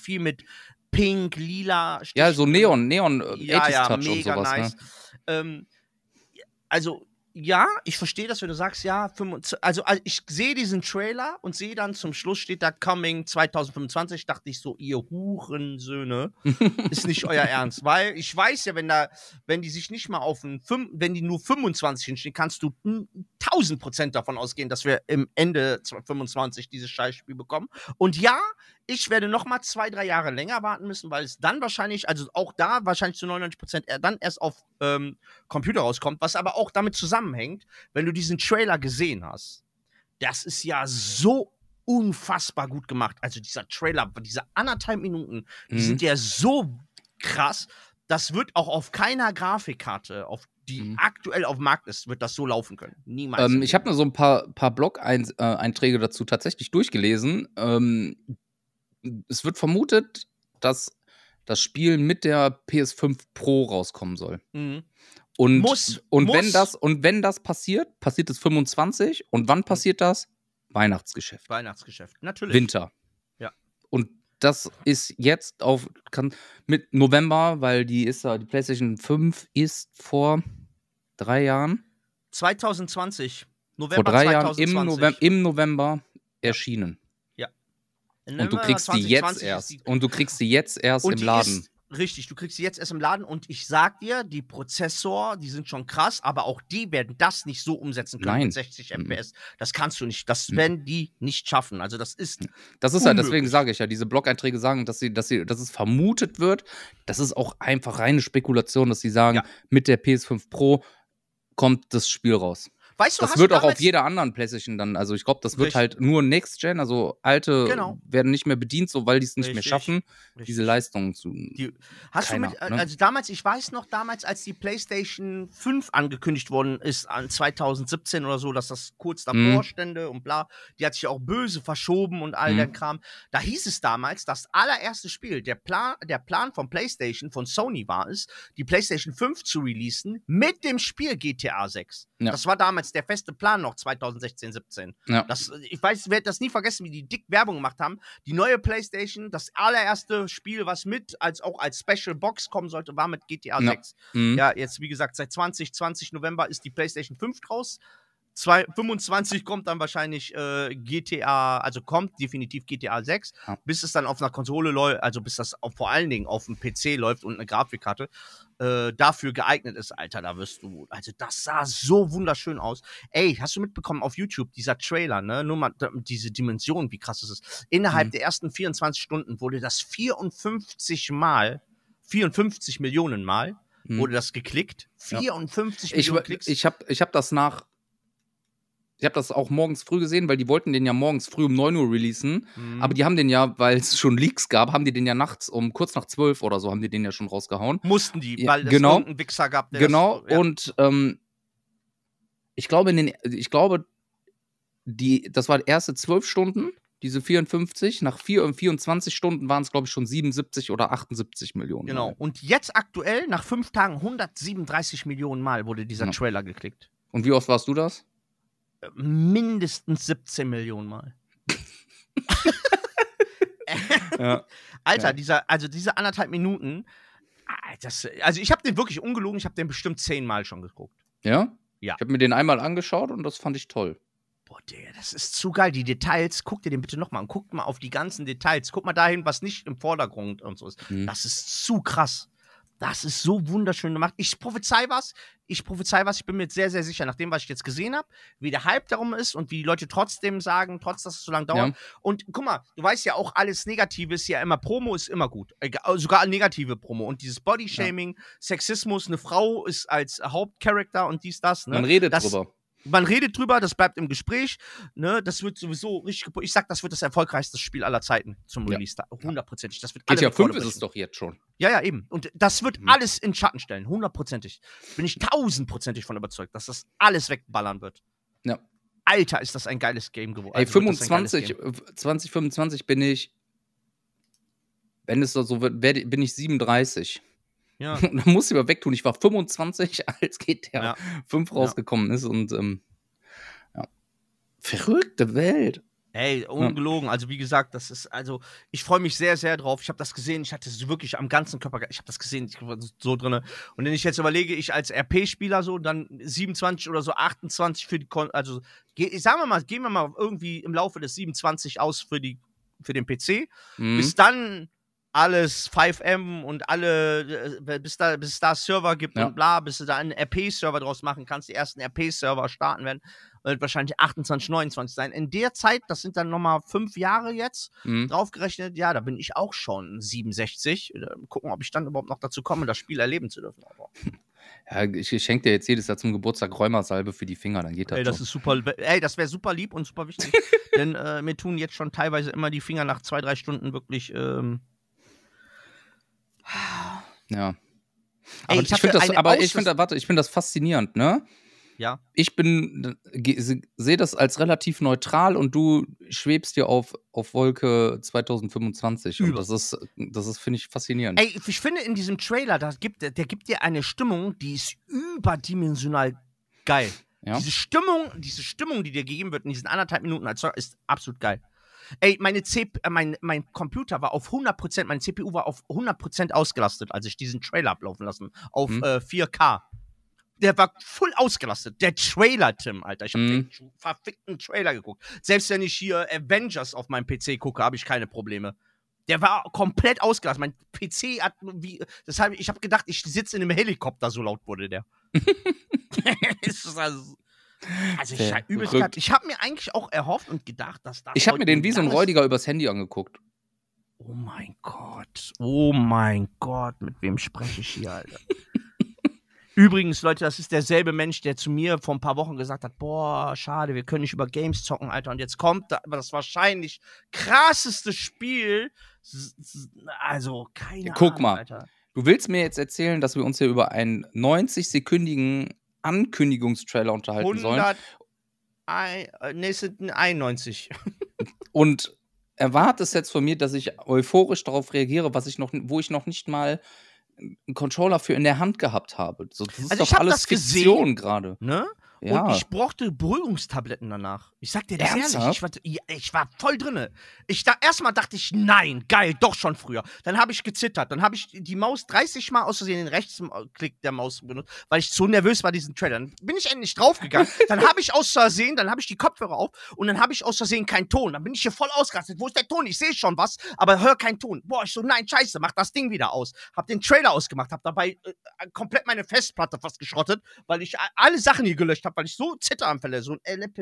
Pink, Lila. Ja, so Neon 80s-Touch und sowas. Nice. Ne? Also, ja, ich verstehe das, wenn du sagst, ja, also ich sehe diesen Trailer und sehe dann zum Schluss steht da Coming 2025, dachte ich so, ihr Hurensöhne, ist nicht euer Ernst, weil ich weiß ja, wenn die sich nicht mal wenn die nur 25 hinstehen, kannst du 1000% davon ausgehen, dass wir im Ende 2025 dieses Scheißspiel bekommen. Und ja, ich werde noch mal 2-3 Jahre länger warten müssen, weil es dann wahrscheinlich, also auch da wahrscheinlich zu 99% dann erst auf Computer rauskommt, was aber auch damit zusammenhängt, wenn du diesen Trailer gesehen hast. Das ist ja so unfassbar gut gemacht. Also dieser Trailer, diese 1,5 Minuten, die sind ja so krass. das wird auch auf keiner Grafikkarte, die aktuell auf dem Markt ist, wird das so laufen können. Niemals. Ich habe mir so ein paar Blog-Einträge dazu tatsächlich durchgelesen. Es wird vermutet, dass das Spiel mit der PS5 Pro rauskommen soll. Und wenn das passiert, passiert es 25. Und wann passiert das? Weihnachtsgeschäft. Natürlich. Winter. Ja. Und das ist jetzt mit November, weil die PlayStation 5 ist vor 3 Jahren. 2020. November vor 3 2020. Jahren im November erschienen. Ja. Und du kriegst die jetzt erst. Und du kriegst sie jetzt erst im Laden. Richtig, du kriegst sie jetzt erst im Laden und ich sag dir, die Prozessor, die sind schon krass, aber auch die werden das nicht so umsetzen können mit 60 FPS. Das kannst du nicht. Das werden die nicht schaffen. Also das ist halt, deswegen sage ich ja, diese Blog-Einträge sagen, dass es vermutet wird. Das ist auch einfach reine Spekulation, dass sie sagen, mit der PS5 Pro kommt das Spiel raus. Weißt du, das wird auch auf jeder anderen PlayStation dann, also ich glaube, das wird halt nur Next Gen, also alte werden nicht mehr bedient, so weil die es nicht mehr schaffen, diese Leistungen zu. Also damals, ich weiß noch damals, als die PlayStation 5 angekündigt worden ist, an 2017 oder so, dass das kurz davor stände und bla, die hat sich auch böse verschoben und all der Kram. Da hieß es damals, das allererste Spiel, der Plan von PlayStation, von Sony war es, die PlayStation 5 zu releasen mit dem Spiel GTA 6. Ja. Das war damals der feste Plan noch 2016, 17. Ja. Ich werde das nie vergessen, wie die dick Werbung gemacht haben. Die neue PlayStation, das allererste Spiel, was auch als Special Box kommen sollte, war mit GTA 6. Ja, jetzt wie gesagt, seit 2020 November ist die PlayStation 5 raus. 25 kommt dann wahrscheinlich GTA, also kommt definitiv GTA 6, bis es dann auf einer Konsole läuft, also bis das vor allen Dingen auf dem PC läuft und eine Grafikkarte dafür geeignet ist, Alter, da wirst du, also das sah so wunderschön aus. Ey, hast du mitbekommen auf YouTube, dieser Trailer, ne, nur mal diese Dimension, wie krass es ist. Innerhalb der ersten 24 Stunden wurde das 54 Millionen Mal wurde das geklickt. 54 Millionen Klicks. Ich hab das auch morgens früh gesehen, weil die wollten den ja morgens früh um 9 Uhr releasen. Aber die haben den ja, weil es schon Leaks gab, haben die den ja nachts kurz nach 12 oder so, haben die den ja schon rausgehauen. Mussten die, weil es irgendeinen Wichser gab. Der und ich glaube, das war die erste 12 Stunden, diese 54. Nach 24 Stunden waren es, glaube ich, schon 77 oder 78 Millionen. Genau. Mal. Und jetzt aktuell, nach 5 Tagen, 137 Millionen Mal wurde dieser Trailer geklickt. Und wie oft warst du das? Mindestens 17 Millionen Mal. Alter, diese 1,5 Minuten, also ich habe den wirklich ungelogen, ich habe den bestimmt 10 Mal schon geguckt. Ja? Ja. Ich habe mir den einmal angeschaut und das fand ich toll. Boah, Digga, das ist zu geil. Die Details, guck dir den bitte nochmal an. Guck mal auf die ganzen Details. Guck mal dahin, was nicht im Vordergrund und so ist. Das ist zu krass. Das ist so wunderschön gemacht. Ich prophezei was. Ich bin mir sehr, sehr sicher, nach dem, was ich jetzt gesehen habe, wie der Hype darum ist und wie die Leute trotzdem sagen, trotz dass es so lange dauert. Ja. Und guck mal, du weißt ja auch, alles Negative ist ja immer, Promo ist immer gut. Sogar negative Promo. Und dieses Bodyshaming, Sexismus, eine Frau ist als Hauptcharakter und dies, das. Ne? Man redet drüber. Man redet drüber, das bleibt im Gespräch. Ne? Das wird sowieso richtig. Ich sag, das wird das erfolgreichste Spiel aller Zeiten zum Release. 100%. Das wird GTA 5 ist es doch jetzt schon. Ja, eben. Und das wird alles in Schatten stellen. 100%. Bin ich 1000% von überzeugt, dass das alles wegballern wird. Ja. Alter, ist das ein geiles Game geworden. Ey, 2025 bin ich, wenn es so wird, bin ich 37. Ja. Da muss ich mal wegtun. Ich war 25, als GTA 5 rausgekommen ist und verrückte Welt. Ey, ungelogen. Also wie gesagt, das ist, ich freue mich sehr, sehr drauf. Ich habe das gesehen, ich hatte es wirklich am ganzen Körper, ich habe das gesehen, ich war so drin. Und wenn ich jetzt überlege, ich als RP-Spieler so, dann 27 oder so 28 für die, sagen wir mal, gehen wir mal irgendwie im Laufe des 27 aus für den PC. Bis dann alles 5M und bis es da Server gibt und bla, bis du da einen RP-Server draus machen kannst, die ersten RP-Server starten werden, wird wahrscheinlich 28, 29 sein. In der Zeit, das sind dann nochmal 5 Jahre jetzt, draufgerechnet, ja, da bin ich auch schon 67. Gucken, ob ich dann überhaupt noch dazu komme, das Spiel erleben zu dürfen. Ja, ich schenke dir jetzt jedes Jahr zum Geburtstag Rheumasalbe für die Finger, dann geht das. Ey, das ist super. Ey, das wäre super lieb und super wichtig. Denn mir tun jetzt schon teilweise immer die Finger nach 2-3 Stunden wirklich. Ja. Ey, Aber ich finde das faszinierend, ne? Ja. Ich sehe das als relativ neutral und du schwebst dir auf Wolke 2025. Und das ist, finde ich, faszinierend. Ey, ich finde in diesem Trailer, der gibt dir eine Stimmung, die ist überdimensional geil. Ja. Diese Stimmung, die dir gegeben wird in diesen 1,5 Minuten ist absolut geil. Ey, mein Computer war auf 100%, meine CPU war auf 100% ausgelastet, als ich diesen Trailer ablaufen lassen. Auf 4K. Der war voll ausgelastet. Der Trailer, Tim, Alter. Ich hab den verfickten Trailer geguckt. Selbst wenn ich hier Avengers auf meinem PC gucke, habe ich keine Probleme. Der war komplett ausgelastet. Mein PC hat ich habe gedacht, ich sitze in einem Helikopter, so laut wurde der. Ich habe mir eigentlich auch erhofft und gedacht, dass das. Ich habe mir den wie so ein Räudiger übers Handy angeguckt. Oh mein Gott, mit wem spreche ich hier, Alter? Übrigens, Leute, das ist derselbe Mensch, der zu mir vor ein paar Wochen gesagt hat, boah, schade, wir können nicht über Games zocken, Alter. Und jetzt kommt das wahrscheinlich krasseste Spiel. Also, keine Guck Ahnung, mal, Alter. Du willst mir jetzt erzählen, dass wir uns hier über einen 90-sekündigen Ankündigungstrailer unterhalten sollen? Es sind 91. Und erwartest jetzt von mir, dass ich euphorisch darauf reagiere, wo ich noch nicht mal einen Controller für in der Hand gehabt habe. Das ist Also doch alles Fiktion gerade. Ne? Ja. Und ich brauchte Beruhigungstabletten danach. Ich sag dir das ehrlich, ich war voll drinne. Erstmal dachte ich, nein, geil, doch schon früher. Dann habe ich gezittert. Dann habe ich die Maus 30 Mal aus Versehen den Rechtsklick der Maus benutzt, weil ich so nervös war, diesen Trailer. Dann bin ich endlich draufgegangen. Dann habe ich die Kopfhörer auf und dann habe ich aus Versehen keinen Ton. Dann bin ich hier voll ausgerastet. Wo ist der Ton? Ich sehe schon was, aber höre keinen Ton. Boah, ich so, nein, scheiße, mach das Ding wieder aus. Hab den Trailer ausgemacht, hab dabei komplett meine Festplatte fast geschrottet, weil ich alle Sachen hier gelöscht habe, weil ich so Zitteranfälle, so ein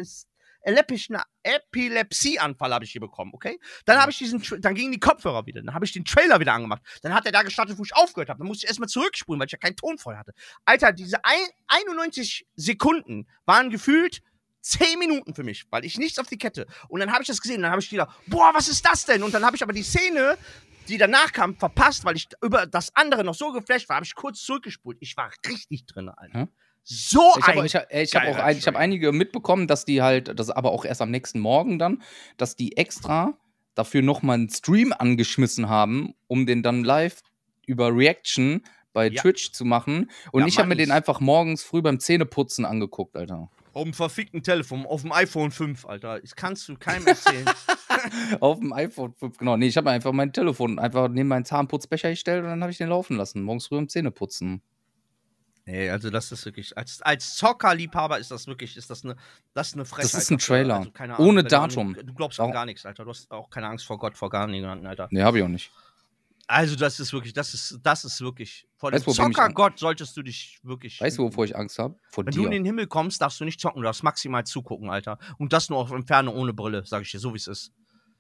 Epilepsieanfall habe ich hier bekommen, okay? Dann dann gingen die Kopfhörer wieder, dann habe ich den Trailer wieder angemacht, dann hat er da gestartet, wo ich aufgehört habe, dann musste ich erstmal zurückspulen, weil ich ja keinen Ton voll hatte. Alter, diese 91 Sekunden waren gefühlt 10 Minuten für mich, weil ich nichts auf die Kette. Und dann habe ich das gesehen, dann habe ich gedacht, boah, was ist das denn? Und dann habe ich aber die Szene, die danach kam, verpasst, weil ich über das andere noch so geflasht war, habe ich kurz zurückgespult. Ich war richtig drin, Alter. Ich habe einige mitbekommen, dass die halt, das aber auch erst am nächsten Morgen dann, dass die extra dafür nochmal einen Stream angeschmissen haben, um den dann live über Reaction bei Twitch zu machen. Und ich habe mir den einfach morgens früh beim Zähneputzen angeguckt, Alter. Auf dem verfickten Telefon, auf dem iPhone 5, Alter. Das kannst du keinem erzählen. Auf dem iPhone 5, genau. Nee, ich habe einfach mein Telefon einfach neben meinen Zahnputzbecher gestellt und dann habe ich den laufen lassen. Morgens früh am Zähneputzen. Nee, also das ist wirklich, als Zockerliebhaber ist das eine Frechheit. Das ist ein Trailer. Also, keine Ahnung, ohne Datum. Du glaubst an gar nichts, Alter. Du hast auch keine Angst vor Gott, vor gar niemanden, Alter. Nee, hab ich auch nicht. Also das ist wirklich, vor dem Zockergott solltest du dich wirklich. Weißt du, wovor ich Angst habe? Wenn du in den Himmel kommst, darfst du nicht zocken, du darfst maximal zugucken, Alter. Und das nur auf Entfernung ohne Brille, sag ich dir, so wie es ist.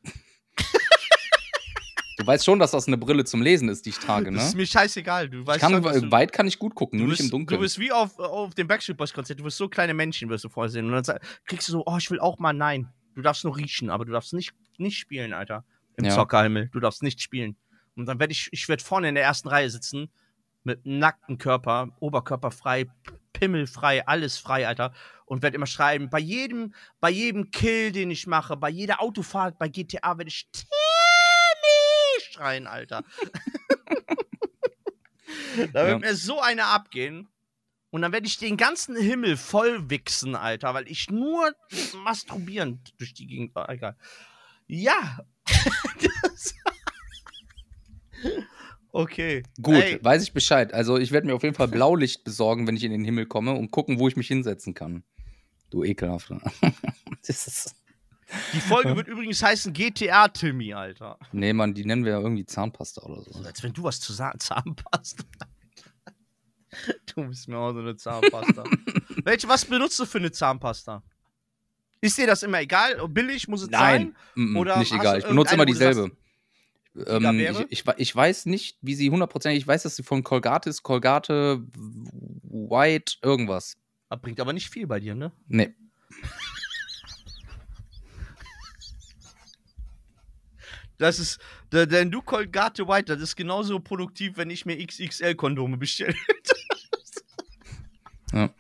Du weißt schon, dass das eine Brille zum Lesen ist, die ich trage, ne? Das ist mir scheißegal. Du weißt weit kann ich gut gucken, nur nicht im Dunkeln. Du bist wie auf dem Backstreet Boys Konzert, du wirst so kleine Männchen, wirst du vorher sehen. Und dann kriegst du so, oh, ich will auch mal, nein. Du darfst nur riechen, aber du darfst nicht spielen, Alter. Im Zockerhimmel. Du darfst nicht spielen. Und dann werde ich vorne in der ersten Reihe sitzen, mit nacktem Körper, Oberkörper frei, Pimmel frei, alles frei, Alter. Und werde immer schreiben, bei jedem Kill, den ich mache, bei jeder Autofahrt, bei GTA werde ich schreien, Alter. Da wird mir so eine abgehen. Und dann werde ich den ganzen Himmel voll wichsen, Alter, weil ich nur masturbierend durch die Gegend war. Egal. Ja. Okay. Gut, weiß ich Bescheid. Also ich werde mir auf jeden Fall Blaulicht besorgen, wenn ich in den Himmel komme und gucken, wo ich mich hinsetzen kann. Du Ekelhafter. Die Folge wird übrigens heißen GTA-Timmy, Alter. Nee, Mann, die nennen wir ja irgendwie Zahnpasta oder so. Als wenn du was zu sagen, Zahnpasta. Du bist mir auch so eine Zahnpasta. Was benutzt du für eine Zahnpasta? Ist dir das immer egal? Billig muss es sein? Oder nicht egal. Ich benutze immer dieselbe. Ich weiß nicht, wie sie 100%, ich weiß, dass sie von Colgate ist. Colgate White irgendwas. Das bringt aber nicht viel bei dir, ne? Nee. Das ist, denn du Colgate White, das ist genauso produktiv, wenn ich mir XXL-Kondome bestelle. Ja.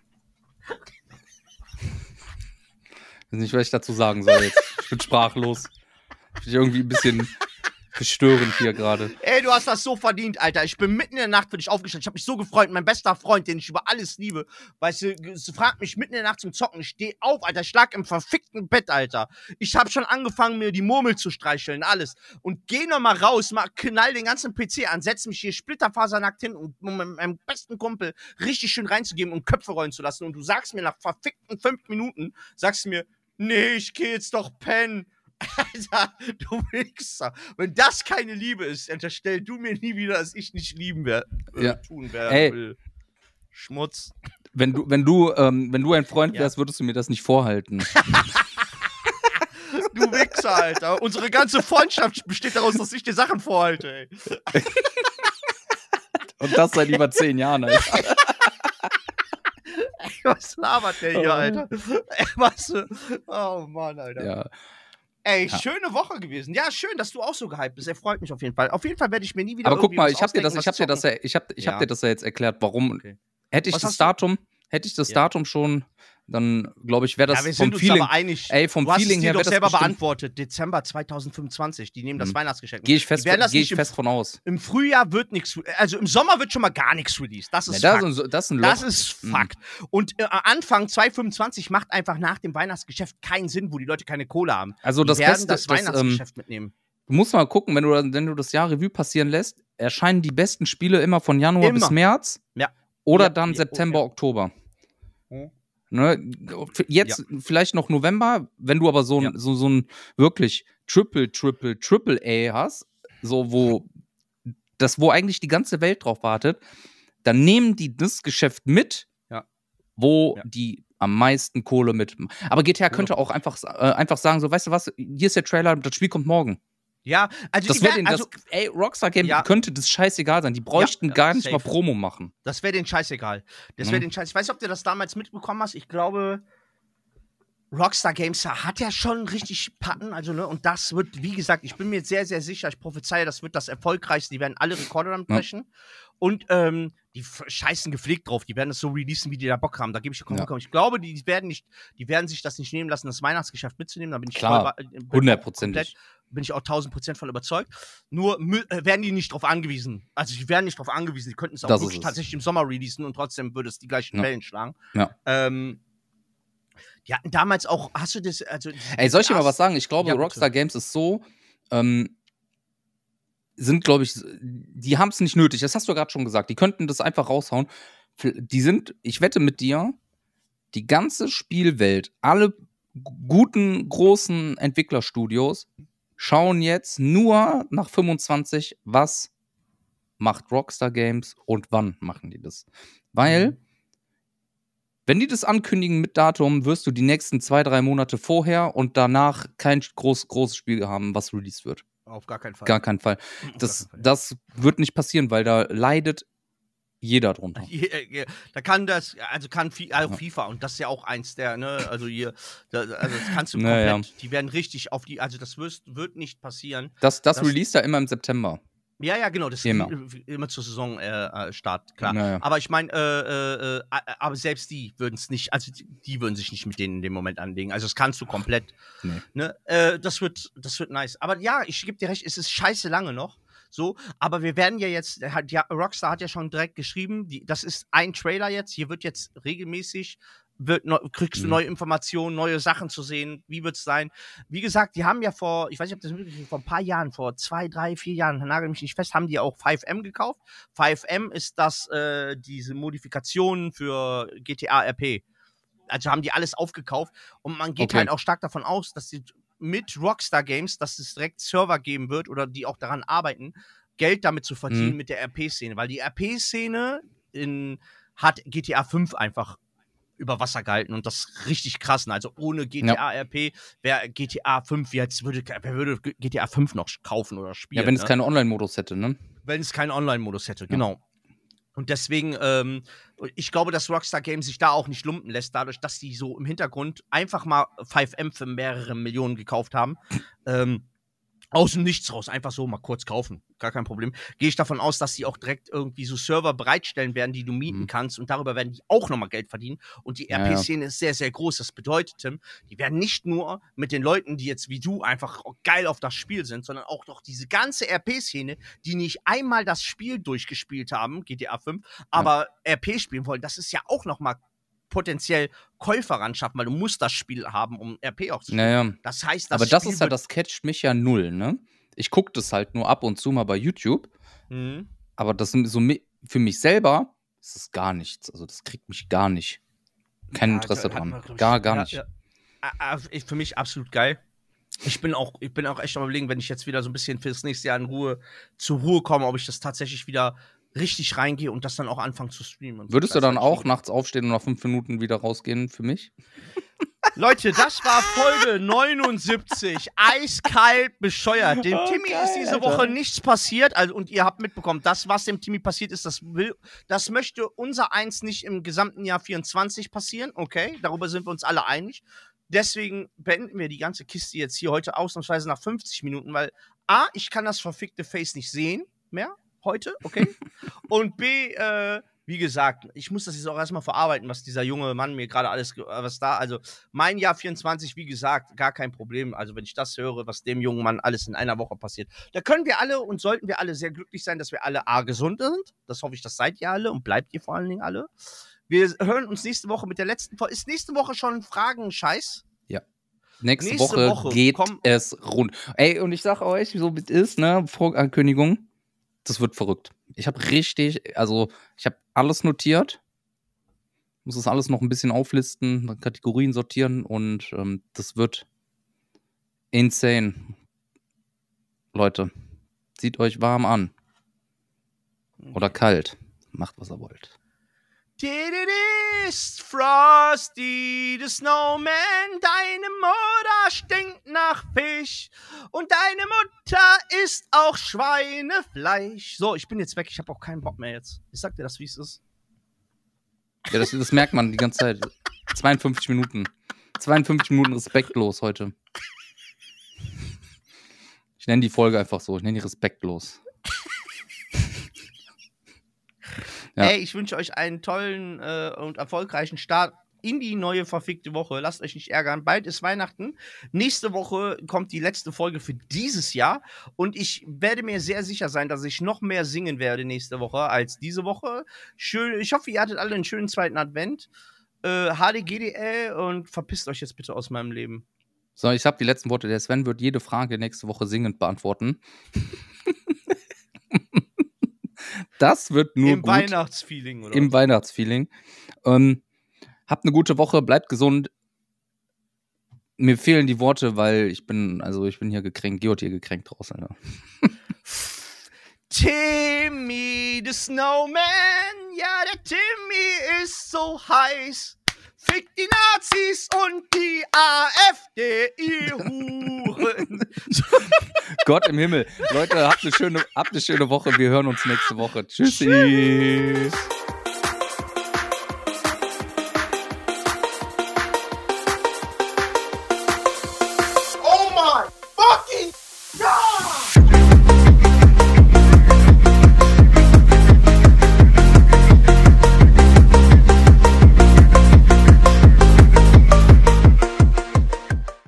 Ich weiß nicht, was ich dazu sagen soll jetzt. Ich bin sprachlos. Ich bin irgendwie ein bisschen verstörend hier gerade. Ey, du hast das so verdient, Alter. Ich bin mitten in der Nacht für dich aufgestanden. Ich habe mich so gefreut. Mein bester Freund, den ich über alles liebe, weißt du, fragt mich mitten in der Nacht zum Zocken. Ich stehe auf, Alter. Ich lag im verfickten Bett, Alter. Ich habe schon angefangen, mir die Murmel zu streicheln, alles. Und geh nochmal raus, knall den ganzen PC an, setz mich hier splitterfasernackt hin, um meinem besten Kumpel richtig schön reinzugeben und Köpfe rollen zu lassen. Und du sagst mir nach verfickten 5 Minuten, sagst du mir, nee, ich geh jetzt doch pennen. Alter, du Wichser. Wenn das keine Liebe ist, unterstell du mir nie wieder, dass ich nicht lieben werde. Tun werde. Schmutz. Wenn du ein Freund wärst, würdest du mir das nicht vorhalten. Du Wichser, Alter. Unsere ganze Freundschaft besteht daraus, dass ich dir Sachen vorhalte, ey. Und das seit über 10 Jahren, Alter. Was labert der hier, Alter? Was? Oh Mann, Alter. Ja. Ey, schöne Woche gewesen. Ja, schön, dass du auch so gehypt bist. Er freut mich auf jeden Fall. Auf jeden Fall werde ich mir nie wieder. Aber guck mal, ich hab dir das ja jetzt erklärt, warum. Okay. Hätte ich das Datum schon, dann glaube ich, wäre das vom Feeling. Aber einig. Ey, vom Feeling her. Du hast es dir doch selber beantwortet. Dezember 2025. Die nehmen das Weihnachtsgeschenk. Gehe ich fest von aus. Im Frühjahr wird nichts. Also im Sommer wird schon mal gar nichts released. Das ist Fakt. Das ist Fakt. Und Anfang 2025 macht einfach nach dem Weihnachtsgeschäft keinen Sinn, wo die Leute keine Kohle haben. Also das werden das Weihnachtsgeschäft mitnehmen. Du musst mal gucken, wenn du das Jahr Revue passieren lässt, erscheinen die besten Spiele immer von Januar bis März. Ja. Oder dann September, Oktober. Ne? Jetzt vielleicht noch November, wenn du aber so ein wirklich Triple A hast, so wo eigentlich die ganze Welt drauf wartet, dann nehmen die das Geschäft mit, wo die am meisten Kohle mit. Aber GTA könnte auch einfach sagen, so, weißt du was, hier ist der Trailer, das Spiel kommt morgen. Ja, also Rockstar Game könnte das scheißegal sein. Die bräuchten gar nicht mal Promo machen. Das wäre denen scheißegal. Ich weiß nicht, ob du das damals mitbekommen hast. Ich glaube, Rockstar Games hat ja schon richtig Patten, also, ne, und das wird, wie gesagt, ich bin mir sehr, sehr sicher, ich prophezeie, das wird das erfolgreichste, die werden alle Rekorde damit brechen. Und die scheißen gepflegt drauf, die werden das so releasen, wie die da Bock haben. Da gebe ich dir Ich glaube, die werden sich das nicht nehmen lassen, das Weihnachtsgeschäft mitzunehmen. Da bin ich 100%. Bin ich auch 1000% von überzeugt. Nur werden die nicht drauf angewiesen. Also, die werden nicht drauf angewiesen. Die könnten es auch wirklich tatsächlich im Sommer releasen und trotzdem würde es die gleichen Wellen schlagen. Ja. Die hatten damals auch, hast du das, also... Ey, soll ich dir mal was sagen? Ich glaube, Rockstar Games ist so, sind, glaube ich, die haben es nicht nötig. Das hast du gerade schon gesagt. Die könnten das einfach raushauen. Ich wette mit dir, die ganze Spielwelt, alle guten, großen Entwicklerstudios schauen jetzt nur nach 25, was macht Rockstar Games und wann machen die das. Weil, wenn die das ankündigen mit Datum, wirst du die nächsten 2-3 Monate vorher und danach kein großes Spiel haben, was released wird. Auf gar keinen Fall. Gar keinen Fall. Das wird nicht passieren, weil da leidet jeder drunter. Da kann das, also kann FIFA, und das ist ja auch eins der, ne, also hier, das kannst du komplett, die werden richtig auf die, also das wird nicht passieren. Das release da immer im September. Ja, genau, das ist immer zur Saisonstart, klar. Naja. Aber ich meine, aber selbst die würden es nicht, also die würden sich nicht mit denen in dem Moment anlegen. Also das kannst du komplett. Nee. Ne? Das wird nice. Aber ja, ich gebe dir recht, es ist scheiße lange noch. So, aber wir werden ja jetzt, Rockstar hat ja schon direkt geschrieben, das ist ein Trailer jetzt, hier wird jetzt regelmäßig, kriegst du neue Informationen, neue Sachen zu sehen, wie wird es sein. Wie gesagt, die haben ja ich weiß nicht, ob das wirklich vor ein paar Jahren, vor 2, 3, 4 Jahren, nagel mich nicht fest, haben die auch 5M gekauft. 5M ist diese Modifikationen für GTA RP. Also haben die alles aufgekauft und man geht halt auch stark davon aus, dass die mit Rockstar Games, dass es direkt Server geben wird oder die auch daran arbeiten, Geld damit zu verdienen mit der RP-Szene. Weil die RP-Szene hat GTA 5 einfach über Wasser gehalten und das ist richtig krass. Also ohne GTA RP wäre GTA 5 jetzt, wer würde GTA 5 noch kaufen oder spielen? Ja, wenn es keinen Online-Modus hätte, ne? Wenn es keinen Online-Modus hätte, genau. Und deswegen, ich glaube, dass Rockstar Games sich da auch nicht lumpen lässt, dadurch, dass die so im Hintergrund einfach mal 5M für mehrere Millionen gekauft haben. Aus dem Nichts raus, einfach so mal kurz kaufen, gar kein Problem. Gehe ich davon aus, dass die auch direkt irgendwie so Server bereitstellen werden, die du mieten kannst und darüber werden die auch nochmal Geld verdienen. Und die RP-Szene ist sehr, sehr groß. Das bedeutet, Tim, die werden nicht nur mit den Leuten, die jetzt wie du einfach geil auf das Spiel sind, sondern auch noch diese ganze RP-Szene, die nicht einmal das Spiel durchgespielt haben, GTA 5, aber RP spielen wollen, das ist ja auch nochmal potenziell Käufer ran schaffen, weil du musst das Spiel haben, um RP auch zu spielen. Naja. Das heißt, aber das ist ja, das catcht mich ja null, ne? Ich gucke das halt nur ab und zu mal bei YouTube. Aber das sind so für mich selber ist das gar nichts. Also das kriegt mich gar nicht. Kein Interesse dran. Gar nicht. Ja. Für mich absolut geil. Ich bin auch echt am Überlegen, wenn ich jetzt wieder so ein bisschen fürs nächste Jahr zur Ruhe komme, ob ich das tatsächlich wieder richtig reingehe und das dann auch anfangen zu streamen. Und würdest du dann auch nachts aufstehen und nach 5 Minuten wieder rausgehen für mich? Leute, das war Folge 79. Eiskalt bescheuert. Dem Timmy ist diese Woche nichts passiert. Also, und ihr habt mitbekommen, das, was dem Timmy passiert ist, das möchte unser Eins nicht im gesamten Jahr 24 passieren. Okay, darüber sind wir uns alle einig. Deswegen beenden wir die ganze Kiste jetzt hier heute ausnahmsweise nach 50 Minuten, weil A, ich kann das verfickte Face nicht sehen mehr. Heute, okay? Und B, wie gesagt, ich muss das jetzt auch erstmal verarbeiten, was dieser junge Mann mir gerade also mein Jahr 24, wie gesagt, gar kein Problem. Also wenn ich das höre, was dem jungen Mann alles in einer Woche passiert, da können wir alle und sollten wir alle sehr glücklich sein, dass wir alle A, gesund sind. Das hoffe ich, das seid ihr alle und bleibt ihr vor allen Dingen alle. Wir hören uns nächste Woche mit der letzten Folge. Ist nächste Woche schon Fragen-Scheiß? Ja. Nächste Woche geht es rund. Ey, und ich sag euch, so wie es ist, ne, Vorankündigung. Das wird verrückt. Ich habe alles notiert. Muss das alles noch ein bisschen auflisten, Kategorien sortieren und das wird insane. Leute, zieht euch warm an. Oder kalt. Macht, was ihr wollt. It is Frosty the Snowman, deine Mutter stinkt nach Fisch und deine Mutter isst auch Schweinefleisch. So, ich bin jetzt weg, ich habe auch keinen Bock mehr jetzt. Ich sag dir das, wie es ist. Ja, das merkt man die ganze Zeit. 52 Minuten. 52 Minuten respektlos heute. Ich nenne die Folge einfach so, ich nenne die respektlos. Ja. Ey, ich wünsche euch einen tollen und erfolgreichen Start in die neue verfickte Woche. Lasst euch nicht ärgern. Bald ist Weihnachten. Nächste Woche kommt die letzte Folge für dieses Jahr. Und ich werde mir sehr sicher sein, dass ich noch mehr singen werde nächste Woche als diese Woche. Schön, ich hoffe, ihr hattet alle einen schönen zweiten Advent. HDGDL und verpisst euch jetzt bitte aus meinem Leben. So, ich habe die letzten Worte. Der Sven wird jede Frage nächste Woche singend beantworten. Das wird nur Im Weihnachtsfeeling, oder? Im Weihnachtsfeeling. Habt eine gute Woche, bleibt gesund. Mir fehlen die Worte, weil ich bin hier gekränkt. Georg hier gekränkt draußen. Ja. Timmy the Snowman, ja, der Timmy ist so heiß. Fick die Nazis und die AfD, Huren. Gott im Himmel. Leute, habt eine schöne Woche. Wir hören uns nächste Woche. Tschüssi.